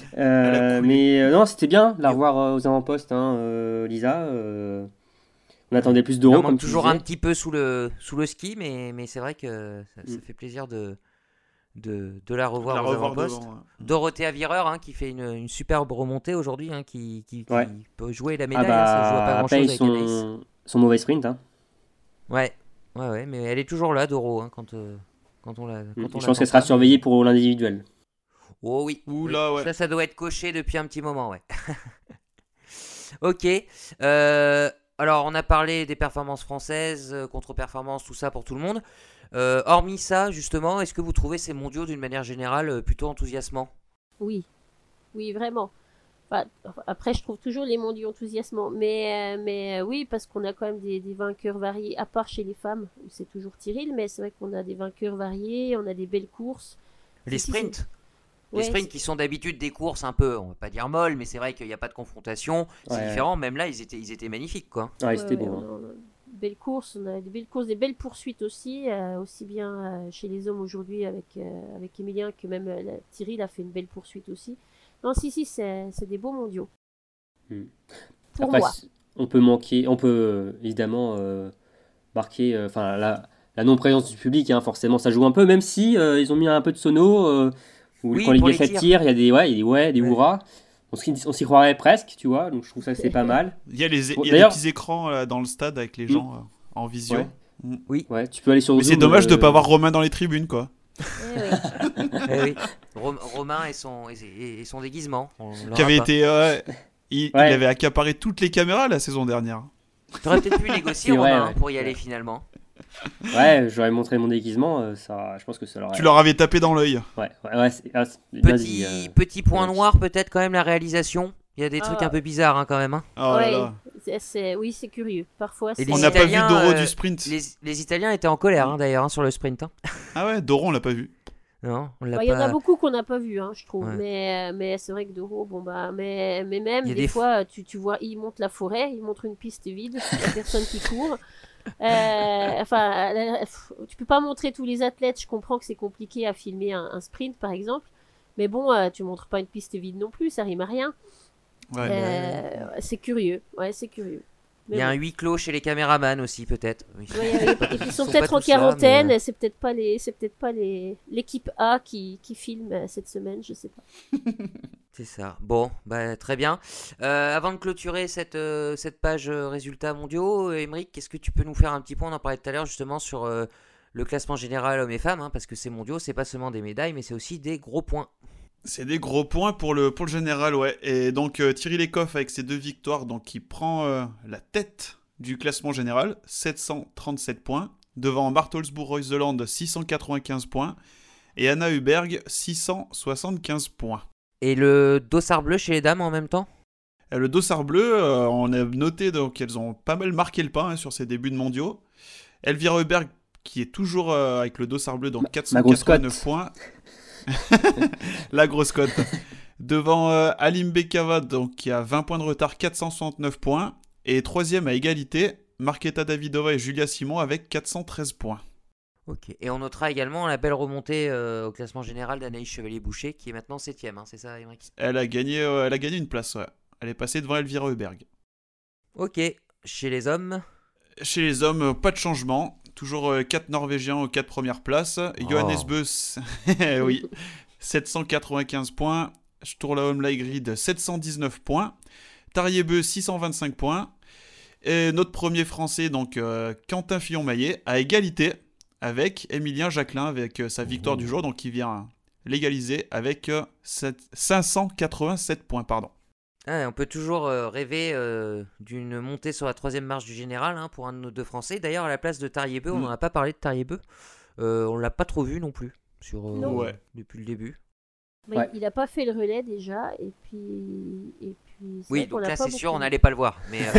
Euh, mais euh, non, c'était bien de la revoir euh, aux avant-postes, hein, euh, Lisa. euh, On attendait plus Il en d'euros, manque comme tu toujours disais. un petit peu sous le, sous le ski, mais, mais c'est vrai que ça, ça Mm. fait plaisir de, de, de la revoir La aux revoir avant-postes. devant. ouais. Dorothée Avireur hein, qui fait une, une superbe remontée aujourd'hui, hein, qui, qui, qui Ouais. peut jouer la Ah médaille. hein, ça joue à pas bah, grand après, chose avec Anaïs. son... son mauvais sprint. Hein. Ouais, ouais, ouais, mais elle est toujours là, Doro, hein, quand, euh, quand on la. Mm. Quand on Je pense l'attend qu'elle sera pas. surveillée pour l'individuel. Oh oui. Ouh oui. là, ouais. Ça, ça doit être coché depuis un petit moment, ouais. Ok. Euh, alors, on a parlé des performances françaises, euh, contre-performances, tout ça pour tout le monde. Euh, hormis ça, justement, est-ce que vous trouvez ces mondiaux d'une manière générale euh, plutôt enthousiasmants ? Oui, oui, vraiment. Enfin, après, je trouve toujours les mondiaux enthousiasmants. Mais, euh, mais euh, oui, parce qu'on a quand même des, des vainqueurs variés, à part chez les femmes, où c'est toujours Tyrrell, mais c'est vrai qu'on a des vainqueurs variés, on a des belles courses. Les Si, si, sprints c'est- Les Ouais, sprints c'est- qui sont d'habitude des courses un peu, on va pas dire molles, mais c'est vrai qu'il n'y a pas de confrontation, c'est Ouais, différent. Même là, ils étaient, ils étaient magnifiques, quoi. Ouais, ouais, c'était ouais, beau. on hein. a- on a de belles courses, on a des belles courses, des belles poursuites aussi, euh, aussi bien euh, chez les hommes aujourd'hui avec, euh, avec Emilien que même euh, la- Tyrrell a fait une belle poursuite aussi. Non, si, si, c'est c'est des beaux mondiaux. Hmm. Pour Après, moi. c- on peut manquer, on peut euh, évidemment euh, marquer, euh, enfin la, la non-présence du public, hein, forcément, ça joue un peu, même si euh, ils ont mis un peu de sono, euh, où Oui, quand les pour les Biafais tirs. tirent, il y a des ouais, il y a des ouais, des Ouais. hurrahs. On s'y, on s'y croirait presque, tu vois. Donc je trouve ça que c'est pas mal. Il y a les, Bon, il y a d'ailleurs- des petits écrans là, dans le stade avec les Mm. gens euh, en visio. Ouais. Mm. Ouais, tu peux aller sur Mais c'est Zoom, dommage de euh, pas avoir Romain dans les tribunes, quoi. Eh oui. Eh oui. Rom- Romain et son, et, et- et son déguisement. On l'aura Qui avait pas. été. euh, il, il Ouais. avait accaparé toutes les caméras la saison dernière. T'aurais peut-être pu négocier, C'est vrai, Romain, hein, ouais. pour y aller Ouais. finalement. Ouais, j'aurais montré mon déguisement, euh, ça, je pense que ça l'aurait. Tu leur avais tapé dans l'œil. Ouais, ouais, ouais, c'est, ah, c'est bien Petit, dit. euh. petit point ouais. noir, peut-être quand même la réalisation. Il y a des trucs Ah. un peu bizarres hein, quand même. Hein. Oh là Ouais, là. c'est- c'est- oui, c'est curieux. Parfois, Et c'est... les On n'a pas vu Italiens, Doro euh, du sprint. Les, les Italiens étaient en colère hein, d'ailleurs hein, sur le sprint. Hein. Ah ouais, Doro, on l'a pas vu. Non, on l'a Bah, il y en pas. a beaucoup qu'on n'a pas vu, hein, je trouve. Ouais. Mais, euh, mais c'est vrai que Doro, bon bah, mais, mais même Il y a des, des fois, tu, tu vois, il monte la forêt, il montre une piste vide, il n'y a personne qui court. Euh, enfin, euh, pff, tu peux pas montrer tous les athlètes. Je comprends que c'est compliqué à filmer un, un sprint, par exemple. Mais bon, euh, tu montres pas une piste vide non plus, ça rime à rien. Ouais. Euh, c'est curieux, ouais, c'est curieux. Mais Il y a bon. un huis clos chez les caméramans aussi peut-être. Oui. Ouais, ouais, et puis ils sont Ils sont peut-être pas en tous là, quarantaine, mais, euh, et c'est peut-être pas les, c'est peut-être pas les, l'équipe A qui, qui filme euh, cette semaine, je sais pas. C'est ça. Bon, bah, très bien. Euh, avant de clôturer cette, euh, cette page euh, résultats mondiaux, euh, Émeric, qu'est-ce que tu peux nous faire un petit point? On en parlait tout à l'heure justement sur euh, le classement général hommes et femmes, hein, parce que ces mondiaux, c'est pas seulement des médailles, mais c'est aussi des gros points. C'est des gros points pour le, pour le général, ouais. Et donc euh, Thierry Lecoff avec ses deux victoires, donc qui prend euh, la tête du classement général, sept cent trente-sept points, devant Bartelsbourg-Reuseland, six cent quatre-vingt-quinze points, et Anna Huberg, six cent soixante-quinze points. Et le dossard bleu chez les dames en même temps? Et le dossard bleu, euh, on a noté donc qu'elles ont pas mal marqué le pas hein, sur ces débuts de mondiaux. Elvira Huberg qui est toujours euh, avec le dossard bleu, donc quatre cent quatre-vingt-neuf points. La grosse cote. Devant euh, Alim Bekava, donc qui a vingt points de retard, quatre cent soixante-neuf points. Et troisième à égalité, Marketa Davidova et Julia Simon avec quatre cent treize points. Ok. Et on notera également la belle remontée euh, au classement général d'Anaïs Chevalier-Boucher, qui est maintenant septième, hein, c'est ça, Émeric? Elle a gagné, euh, elle a gagné une place, ouais. Elle est passée devant Elvira Huberg. Ok. Chez les hommes? Chez les hommes, euh, pas de changement. Toujours euh, quatre Norvégiens aux quatre premières places. Oh. Johannes Beuys, oui, sept cent quatre-vingt-quinze points. Sturla Holmleigrid, sept cent dix-neuf points. Tarjei, six cent vingt-cinq points. Et notre premier français, donc euh, Quentin Fillon-Maillet, à égalité avec Émilien Jacquelin, avec euh, sa victoire Oh. du jour, donc qui vient l'égaliser avec euh, sept- cinq cent quatre-vingt-sept points. Pardon. Ah, on peut toujours euh, rêver euh, d'une montée sur la troisième marche du général hein, pour un de nos deux Français. D'ailleurs, à la place de Tarjei, on Mm. n'en a pas parlé de Tarjei. Euh, on l'a pas trop vu non plus sur, euh, Non. Ouais. depuis le début. Mais Ouais. il a pas fait le relais déjà, et puis, et puis. c'est Oui, vrai qu'on donc l'a là, pas c'est sûr, beaucoup on vu. n'allait pas le voir. Mais euh,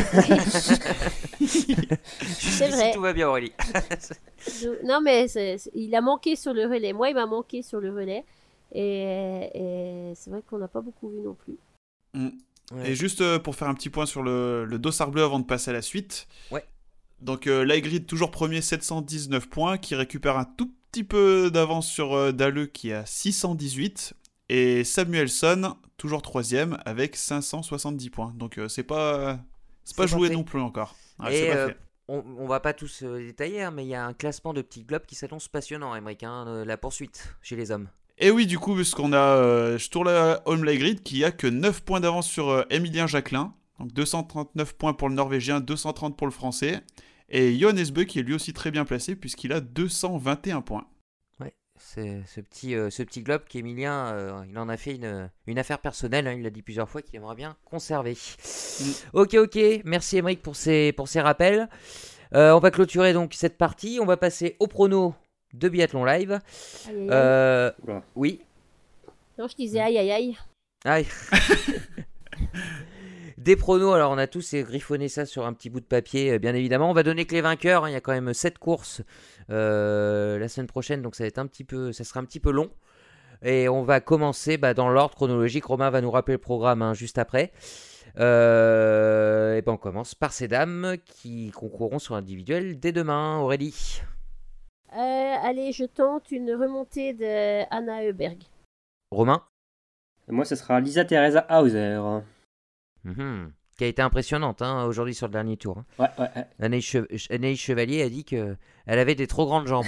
jusqu'ici, vrai. tout va bien, Aurélie. Je- Non, mais c'est- c'est- il a manqué sur le relais. Moi, il m'a manqué sur le relais, et, et c'est vrai qu'on n'a pas beaucoup vu non plus. Mm. Ouais. Et juste euh, pour faire un petit point sur le, le dossard bleu avant de passer à la suite. Ouais. Donc euh, Laigrid toujours premier, sept cent dix-neuf points, qui récupère un tout petit peu d'avance sur euh, Dalleux qui a six cent dix-huit. Et Samuelson toujours troisième avec cinq cent soixante-dix points. Donc euh, c'est pas, c'est pas C'est pas joué fait. non plus encore. Ouais, Et c'est pas euh, fait. on, on va pas tous euh, détailler, hein, mais il y a un classement de petits globes qui s'annonce passionnant, Émeric, hein, euh, la poursuite chez les hommes. Et oui, du coup, puisqu'on a euh, Sturla Holmleigrid qui a que neuf points d'avance sur euh, Émilien Jacquelin. Donc deux cent trente-neuf points pour le Norvégien, deux cent trente pour le Français. Et Johannes Beu qui est lui aussi très bien placé puisqu'il a deux cent vingt et un points. c'est ce petit, euh, ce petit globe qu'Emilien, euh, il en a fait une, une affaire personnelle, hein, il l'a dit plusieurs fois qu'il aimerait bien conserver. Mm. Ok, ok, merci Émeric pour ces, pour ces rappels. Euh, on va clôturer donc cette partie, on va passer au prono de biathlon live. Aïe, aïe, aïe. Euh, oui. Non, je disais aïe aïe aïe. Aïe. Des pronos, alors on a tous griffonné ça sur un petit bout de papier, euh, bien évidemment. On va donner que les vainqueurs, hein, il y a quand même sept courses euh, la semaine prochaine, donc ça va être un petit peu, ça sera un petit peu long. Et on va commencer bah, dans l'ordre chronologique. Romain va nous rappeler le programme hein, juste après. Euh, et ben on commence par ces dames qui concourront sur l'individuel dès demain. Aurélie. Euh, allez, je tente une remontée de Anna Heuberg. Romain. Et moi, ce sera Lisa Teresa Hauser. Mmh. Qui a été impressionnante hein, aujourd'hui sur le dernier tour. Hein. Ouais, ouais, ouais. Anaïs, Che- Anaïs Chevalier a dit qu'elle avait des trop grandes jambes.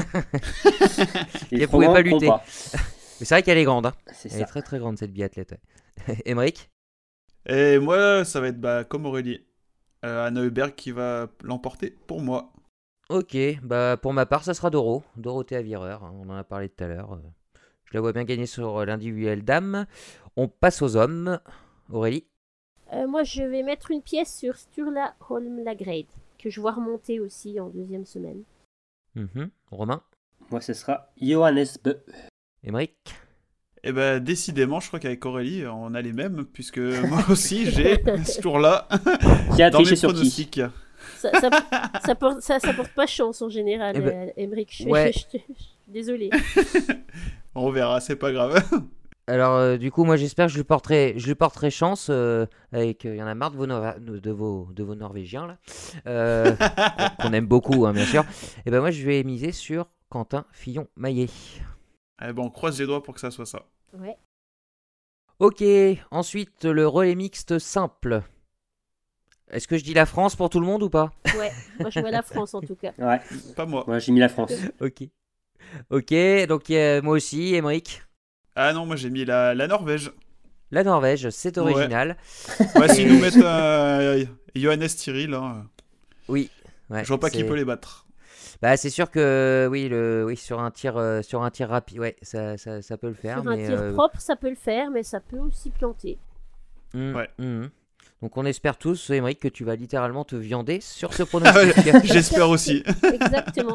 Elle ne pouvait pas lutter. Pas. Mais c'est vrai qu'elle est grande. Hein. C'est Elle ça. est très très grande cette biathlète. Émeric. Et moi, ça va être bah, comme Aurélie. Euh, Anna Heuberg qui va l'emporter pour moi. Ok, bah pour ma part, ça sera Doro. Dorothée Avireur, hein, on en a parlé tout à l'heure. Je la vois bien gagner sur l'individuel dame. On passe aux hommes. Aurélie. Euh, moi, je vais mettre une pièce sur Sturla Holm Lagrade, que je vois remonter aussi en deuxième semaine. Mmh. Romain. Moi, ce sera Johannes Bö. Émeric. Et ben décidément, je crois qu'avec Aurélie, on a les mêmes, puisque moi aussi j'ai ce tour-là Qui a dans mes triché sur qui pronostics. Ça, ça, ça, porte, ça, ça porte pas chance en général, Eh ben, euh, Émeric. Je, ouais. je, je, je, je suis désolée. On verra, c'est pas grave. Alors euh, du coup, moi j'espère que je lui porterai, je lui porterai chance euh, avec. Il euh, y en a marre de vos, Nor- de vos, de vos Norvégiens là, euh, qu'on, qu'on aime beaucoup hein, bien sûr. Et ben moi je vais miser sur Quentin Fillon-Maillet. Eh ben, on croise les doigts pour que ça soit ça. Ouais. Ok, ensuite le relais mixte simple. Est-ce que je dis la France pour tout le monde ou pas? Ouais, moi je vois la France en tout cas. Ouais, Pas moi. moi j'ai mis la France. Ok. Ok, donc euh, moi aussi, Émeric. Ah non, moi j'ai mis la, la Norvège. La Norvège, c'est original. Ouais, s'ils Et- nous mettent euh, Johannes Thierry, là, Oui. Ouais, je vois pas qui c'est- peut les battre. Bah c'est sûr que oui, le, oui sur un tir, euh, sur un tir rapide, ouais, ça, ça, ça peut le faire. Sur un mais, tir euh, propre, ça peut le faire, mais ça peut aussi planter. hum, Ouais. hum. Donc on espère tous, Émeric, que tu vas littéralement te viander sur ce Ah ouais, pronostic. j'espère aussi. Exactement.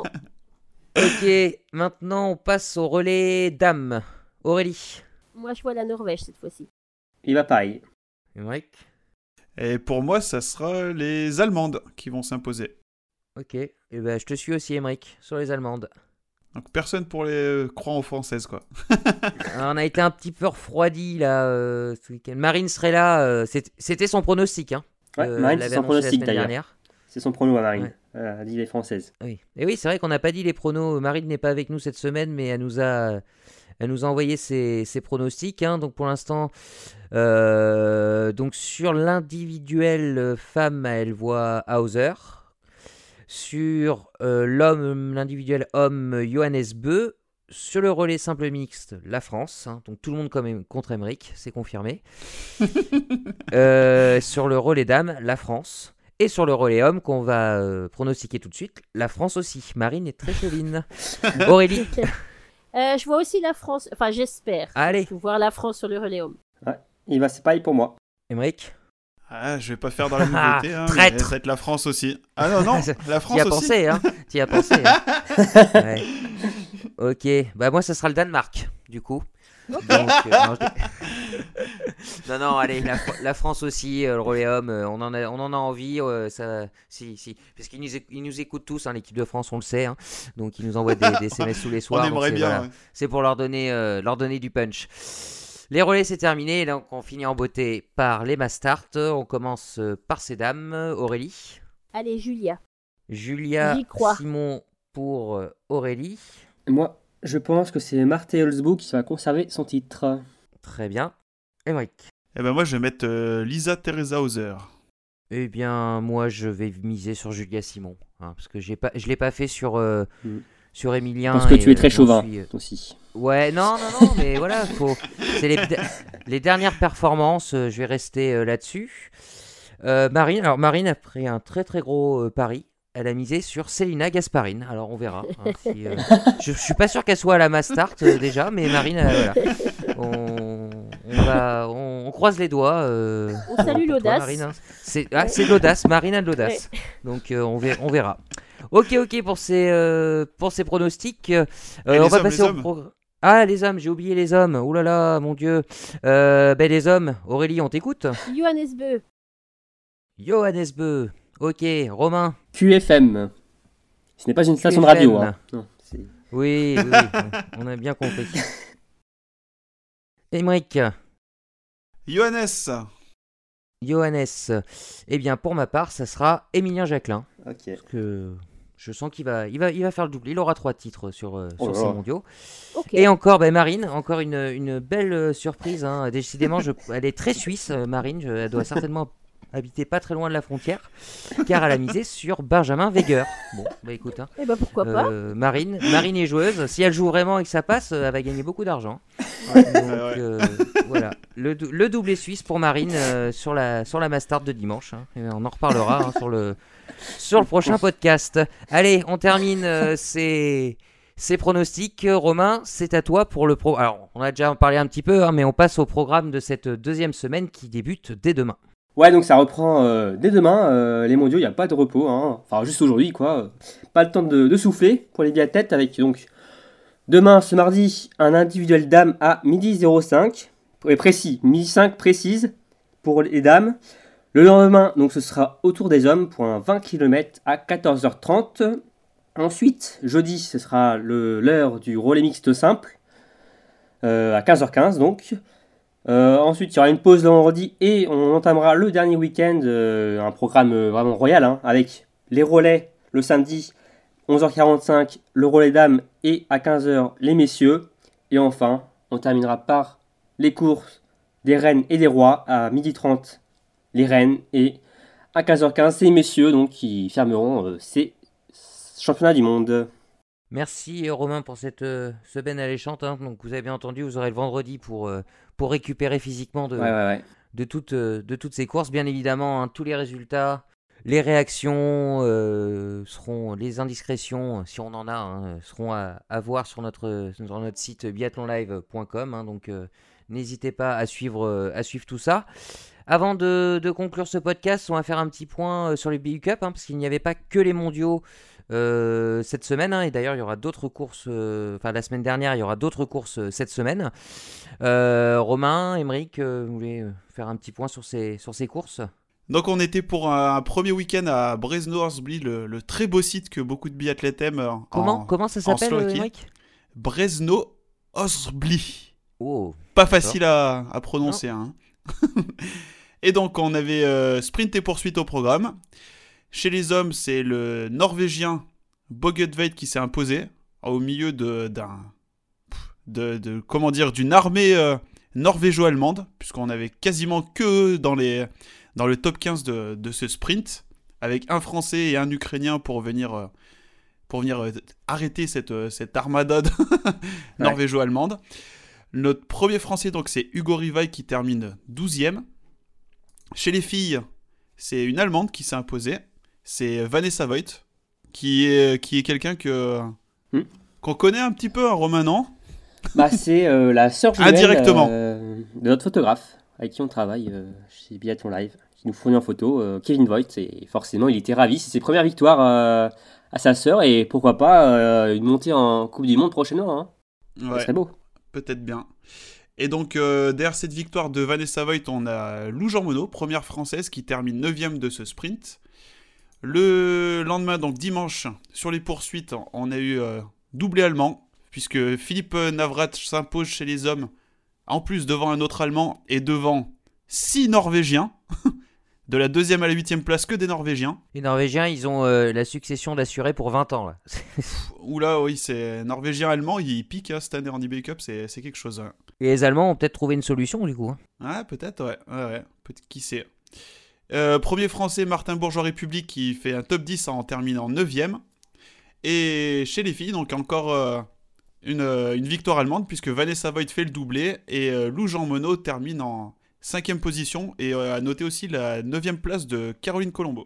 Ok, maintenant on passe au relais dames. Aurélie. Moi je vois la Norvège cette fois-ci. Il va pareil. Émeric. Et pour moi, ça sera les Allemandes qui vont s'imposer. Ok, et ben je te suis aussi, Émeric, sur les Allemandes. Donc personne pour les croire aux Françaises, quoi. Alors, on a été un petit peu refroidi là euh, ce week-end. Marine serait là, euh, c'est- c'était son pronostic. Hein. Ouais, Euh, Marine, elle c'est l'avait son annoncé la pronostic semaine d'ailleurs. dernière. C'est son prono à Marine. Ouais. Euh, elle dit les françaises. Oui. Et oui, c'est vrai qu'on n'a pas dit les pronos. Marine n'est pas avec nous cette semaine, mais elle nous a, elle nous a envoyé ses, ses pronostics. Hein. Donc pour l'instant, euh, donc sur l'individuel euh, femme, elle voit Hauser. Sur euh, l'homme, l'individuel homme, Johannes Bö. Sur le relais simple mixte, la France. Hein. Donc tout le monde comme, contre Émeric, c'est confirmé. Euh, sur le relais dame, la France. Et sur le relais homme qu'on va euh, pronostiquer tout de suite, la France aussi. Marine est très chauvine. Aurélie, Euh, je vois aussi la France, enfin j'espère. allez, Je voir la France sur le relais homme. Il va, c'est pareil pour moi. Émeric, Ah, je vais pas faire dans la Ah, nouveauté, hein, traître. mais ça va être la France aussi. Ah non, non, la France t'y as aussi. pensé, hein T'y as pensé, hein Ouais. Ok, bah moi ça sera le Danemark, du coup. Donc, euh, non, je- non, non, allez, la, Fr- la France aussi, euh, le relais homme, euh, on, en a, on en a envie, euh, ça, si, si, parce qu'ils nous, éc- ils nous écoutent tous, hein, l'équipe de France, on le sait, hein, donc ils nous envoient des, des S M S tous les On soirs. donc aimerait c'est- bien. voilà. ouais. C'est pour leur donner, euh, leur donner du punch. Les relais, c'est terminé. Donc, on finit en beauté par les Mastart. On commence euh, par ces dames. Aurélie. Allez, Julia. Julia J'y crois. Simon pour euh, Aurélie. Moi, je pense que c'est Marthe Holzboe qui va conserver son titre. Très bien. Émeric. Eh ben moi, je vais mettre euh, Lisa Teresa Hauser. Eh bien, moi, je vais miser sur Julia Simon. Hein, parce que j'ai pas, je ne l'ai pas fait sur, euh, Mm. sur Emilien. Parce que et, tu es très euh, j'en chauvin suis, euh, aussi. Ouais, non, non, non, mais voilà, faut... c'est les, les dernières performances, euh, je vais rester euh, là-dessus. Euh, Marine, alors Marine a pris un très très gros euh, pari. elle a misé sur Célina Gasparine. Alors on verra. Hein, si, euh, je, je suis pas sûr qu'elle soit à la mass start euh, déjà, mais Marine, euh, voilà. On, on, va, on, on croise les doigts. Euh, on salue toi, l'audace. Marine, hein. C'est, ah, c'est de l'audace. Marine a de l'audace. Ouais. Donc euh, on, verra, on verra. Ok, ok pour ces, euh, pour ces pronostics. Euh, on va hommes, passer au programme. Ah, les hommes, j'ai oublié les hommes. Ouh là là, mon Dieu. Euh, ben, les hommes, Aurélie, on t'écoute. Johannes Beu. Johannes Beu. Ok, Romain. Q F M. Ce n'est pas une station Q F M. De radio. Hein. Non, c'est... Oui, oui, oui, on a bien compris. Émeric. Johannes. Johannes. Eh bien, pour ma part, ça sera Émilien Jacquelin. Ok. Parce que... Je sens qu'il va, il va, il va faire le doublé. Il aura trois titres sur, euh, sur oh ces mondiaux. Okay. Et encore, ben, Marine, encore une, une belle euh, surprise. Hein. Décidément, je, elle est très suisse, euh, Marine. Je, elle doit certainement habiter pas très loin de la frontière, car elle a misé sur Benjamin Weger. Bon, bah écoute. Hein. Et bah pourquoi pas. Euh, Marine, Marine est joueuse. Si elle joue vraiment et que ça passe, elle va gagner beaucoup d'argent. Ouais. Donc euh, voilà, le, le doublé suisse pour Marine euh, sur la sur la Mastart de dimanche. Hein. Et on en reparlera hein, sur le sur le prochain podcast. Allez, on termine euh, ces ces pronostics. Romain, c'est à toi pour le pro. Alors, on a déjà parlé un petit peu, hein, mais on passe au programme de cette deuxième semaine qui débute dès demain. Ouais, donc ça reprend euh, dès demain, euh, les mondiaux, il n'y a pas de repos, hein. Enfin juste aujourd'hui quoi, pas le temps de, de souffler pour les biathlètes avec donc demain, ce mardi, un individuel dame à midi zéro cinq, et précis, midi cinq précise pour les dames. Le lendemain, donc ce sera au tour des hommes pour un vingt kilomètres à quatorze heures trente. Ensuite, jeudi, ce sera le, l'heure du relais mixte simple, euh, à quinze heures quinze donc. Euh, ensuite, il y aura une pause le vendredi et on entamera le dernier week-end, euh, un programme euh, vraiment royal, hein, avec les relais le samedi, onze heures quarante-cinq, le relais dames et à quinze heures les messieurs. Et enfin, on terminera par les courses des reines et des rois à midi trente, les reines, et à quinze heures quinze, c'est les messieurs donc, qui fermeront euh, ces championnats du monde. Merci Romain pour cette euh, semaine alléchante. Hein. Donc vous avez bien entendu, vous aurez le vendredi pour, euh, pour récupérer physiquement de, ouais, ouais, ouais. de, toutes, euh, de toutes ces courses. Bien évidemment, hein, tous les résultats, les réactions euh, seront, les indiscrétions, si on en a, hein, seront à, à voir sur notre, sur notre site biathlon live point com. Hein, donc euh, n'hésitez pas à suivre, euh, à suivre tout ça. Avant de, de conclure ce podcast, on va faire un petit point sur les B U Cup, hein, parce qu'il n'y avait pas que les mondiaux Euh, cette semaine, hein, et d'ailleurs il y aura d'autres courses, euh, enfin la semaine dernière il y aura d'autres courses euh, cette semaine. euh, Romain, Émeric, euh, vous voulez faire un petit point sur ces, sur ces courses? Donc on était pour un, un premier week-end à Brezno-Horsbly, le, le très beau site que beaucoup de biathlètes aiment. Comment, en, comment ça s'appelle, Émeric? Brezno-Horsbly. Oh, pas facile à, à prononcer. Hein. Et donc on avait euh, sprint et poursuite au programme. Chez les hommes, c'est le Norvégien Bogetveit qui s'est imposé au milieu de, d'un, de, de comment dire, d'une armée euh, norvégo-allemande, puisqu'on avait quasiment que eux dans, les, dans le top quinze de, de ce sprint, avec un Français et un Ukrainien pour venir, euh, pour venir euh, arrêter cette, euh, cette armada norvégo-allemande. Notre premier Français, donc, c'est Hugo Rivail qui termine douzième. Chez les filles, c'est une Allemande qui s'est imposée. C'est Vanessa Voigt, qui est, qui est quelqu'un que, hmm. qu'on connaît un petit peu, hein, Romain, non? Bah, c'est euh, la sœur jumelle Indirectement. Euh, de notre photographe, avec qui on travaille euh, chez Biathlon Live, qui nous fournit en photo, euh, Kevin Voigt, et forcément, il était ravi. C'est ses premières victoires euh, à sa sœur, et pourquoi pas euh, une montée en Coupe du Monde prochainement. Hein. Ouais, ça serait beau. Peut-être bien. Et donc, euh, derrière cette victoire de Vanessa Voigt, on a Lou Jean Monod, première française, qui termine neuvième de ce sprint. Le lendemain, donc dimanche, sur les poursuites, on a eu euh, doublé allemand, puisque Philippe Navrat s'impose chez les hommes, en plus devant un autre Allemand et devant six Norvégiens, de la deuxième à la huitième place que des Norvégiens. Les Norvégiens, ils ont euh, la succession d'assurés pour vingt ans. Là. Oula, oui, c'est Norvégien-Allemand, ils piquent hein, cette année en I B U Cup, c'est, c'est quelque chose. Hein. Et les Allemands ont peut-être trouvé une solution du coup. Hein. Ah, peut-être, ouais, ouais, ouais. Peut-être, qui sait. Euh, premier français, Martin Bourgeois République, qui fait un top dix en terminant neuvième. Et chez les filles, donc encore euh, une, euh, une victoire allemande, puisque Vanessa Voigt fait le doublé, et euh, Lou Jean Monod termine en cinquième position, et euh, à noter aussi la neuvième place de Caroline Colombo.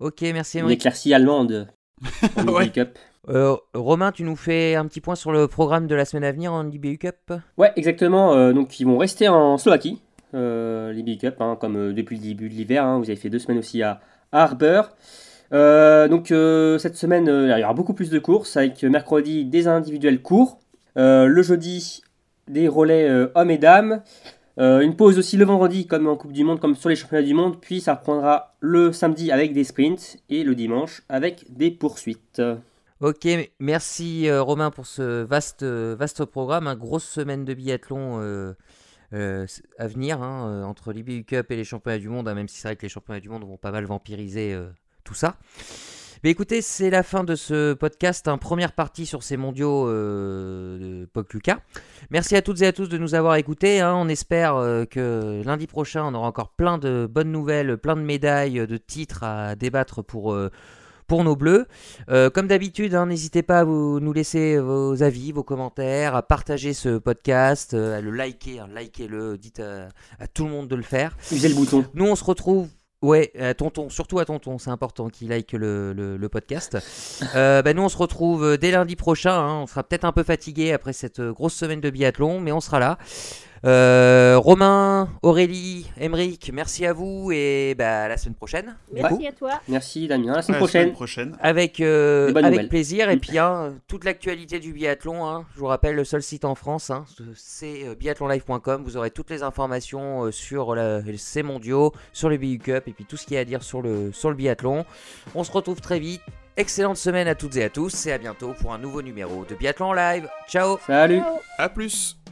Ok, merci Une Émeric. éclaircie allemande en Ouais. I B U Cup. Euh, Romain, tu nous fais un petit point sur le programme de la semaine à venir en I B U Cup? Ouais, exactement. euh, donc, ils vont rester en Slovaquie, euh, l'I B U Cup, hein, comme euh, depuis le début de l'hiver. Hein, vous avez fait deux semaines aussi à Harbour. Euh, donc, euh, cette semaine, euh, il y aura beaucoup plus de courses, avec euh, mercredi des individuels courts, euh, le jeudi des relais euh, hommes et dames. Euh, une pause aussi le vendredi, comme en Coupe du Monde, comme sur les championnats du monde. Puis ça reprendra le samedi avec des sprints et le dimanche avec des poursuites. Ok, merci euh, Romain pour ce vaste, euh, vaste programme. Une grosse semaine de biathlon euh, euh, à venir hein, euh, entre l'I B U Cup et les championnats du monde, hein, même si c'est vrai que les championnats du monde vont pas mal vampiriser euh, tout ça. Mais écoutez, c'est la fin de ce podcast, hein, première partie sur ces mondiaux euh, de P O C Lucas. Merci à toutes et à tous de nous avoir écoutés. Hein. On espère euh, que lundi prochain, on aura encore plein de bonnes nouvelles, plein de médailles, de titres à débattre pour, euh, pour nos bleus. Euh, comme d'habitude, hein, n'hésitez pas à vous, nous laisser vos avis, vos commentaires, à partager ce podcast, euh, à le liker, hein, likez-le, dites à, à tout le monde de le faire. Usez le bouton. Nous, on se retrouve... Ouais, à tonton, surtout à tonton, c'est important qu'il like le, le, le podcast. Euh, bah nous, on se retrouve dès lundi prochain. Hein, on sera peut-être un peu fatigué après cette grosse semaine de biathlon, mais on sera là. Euh, Romain, Aurélie, Émeric, merci à vous et bah, à la semaine prochaine. du Merci coup. à toi. Merci Damien, à la semaine À la prochaine. semaine prochaine. Avec, euh, Des bonnes avec nouvelles. plaisir. Et puis, hein, toute l'actualité du biathlon, hein, je vous rappelle, le seul site en France, hein, c'est euh, biathlon live point com. Vous aurez toutes les informations euh, sur la, ces mondiaux, sur le B U Cup et puis tout ce qu'il y a à dire sur le, sur le biathlon. On se retrouve très vite. Excellente semaine à toutes et à tous et à bientôt pour un nouveau numéro de Biathlon Live. Ciao! Salut. Ciao. À plus.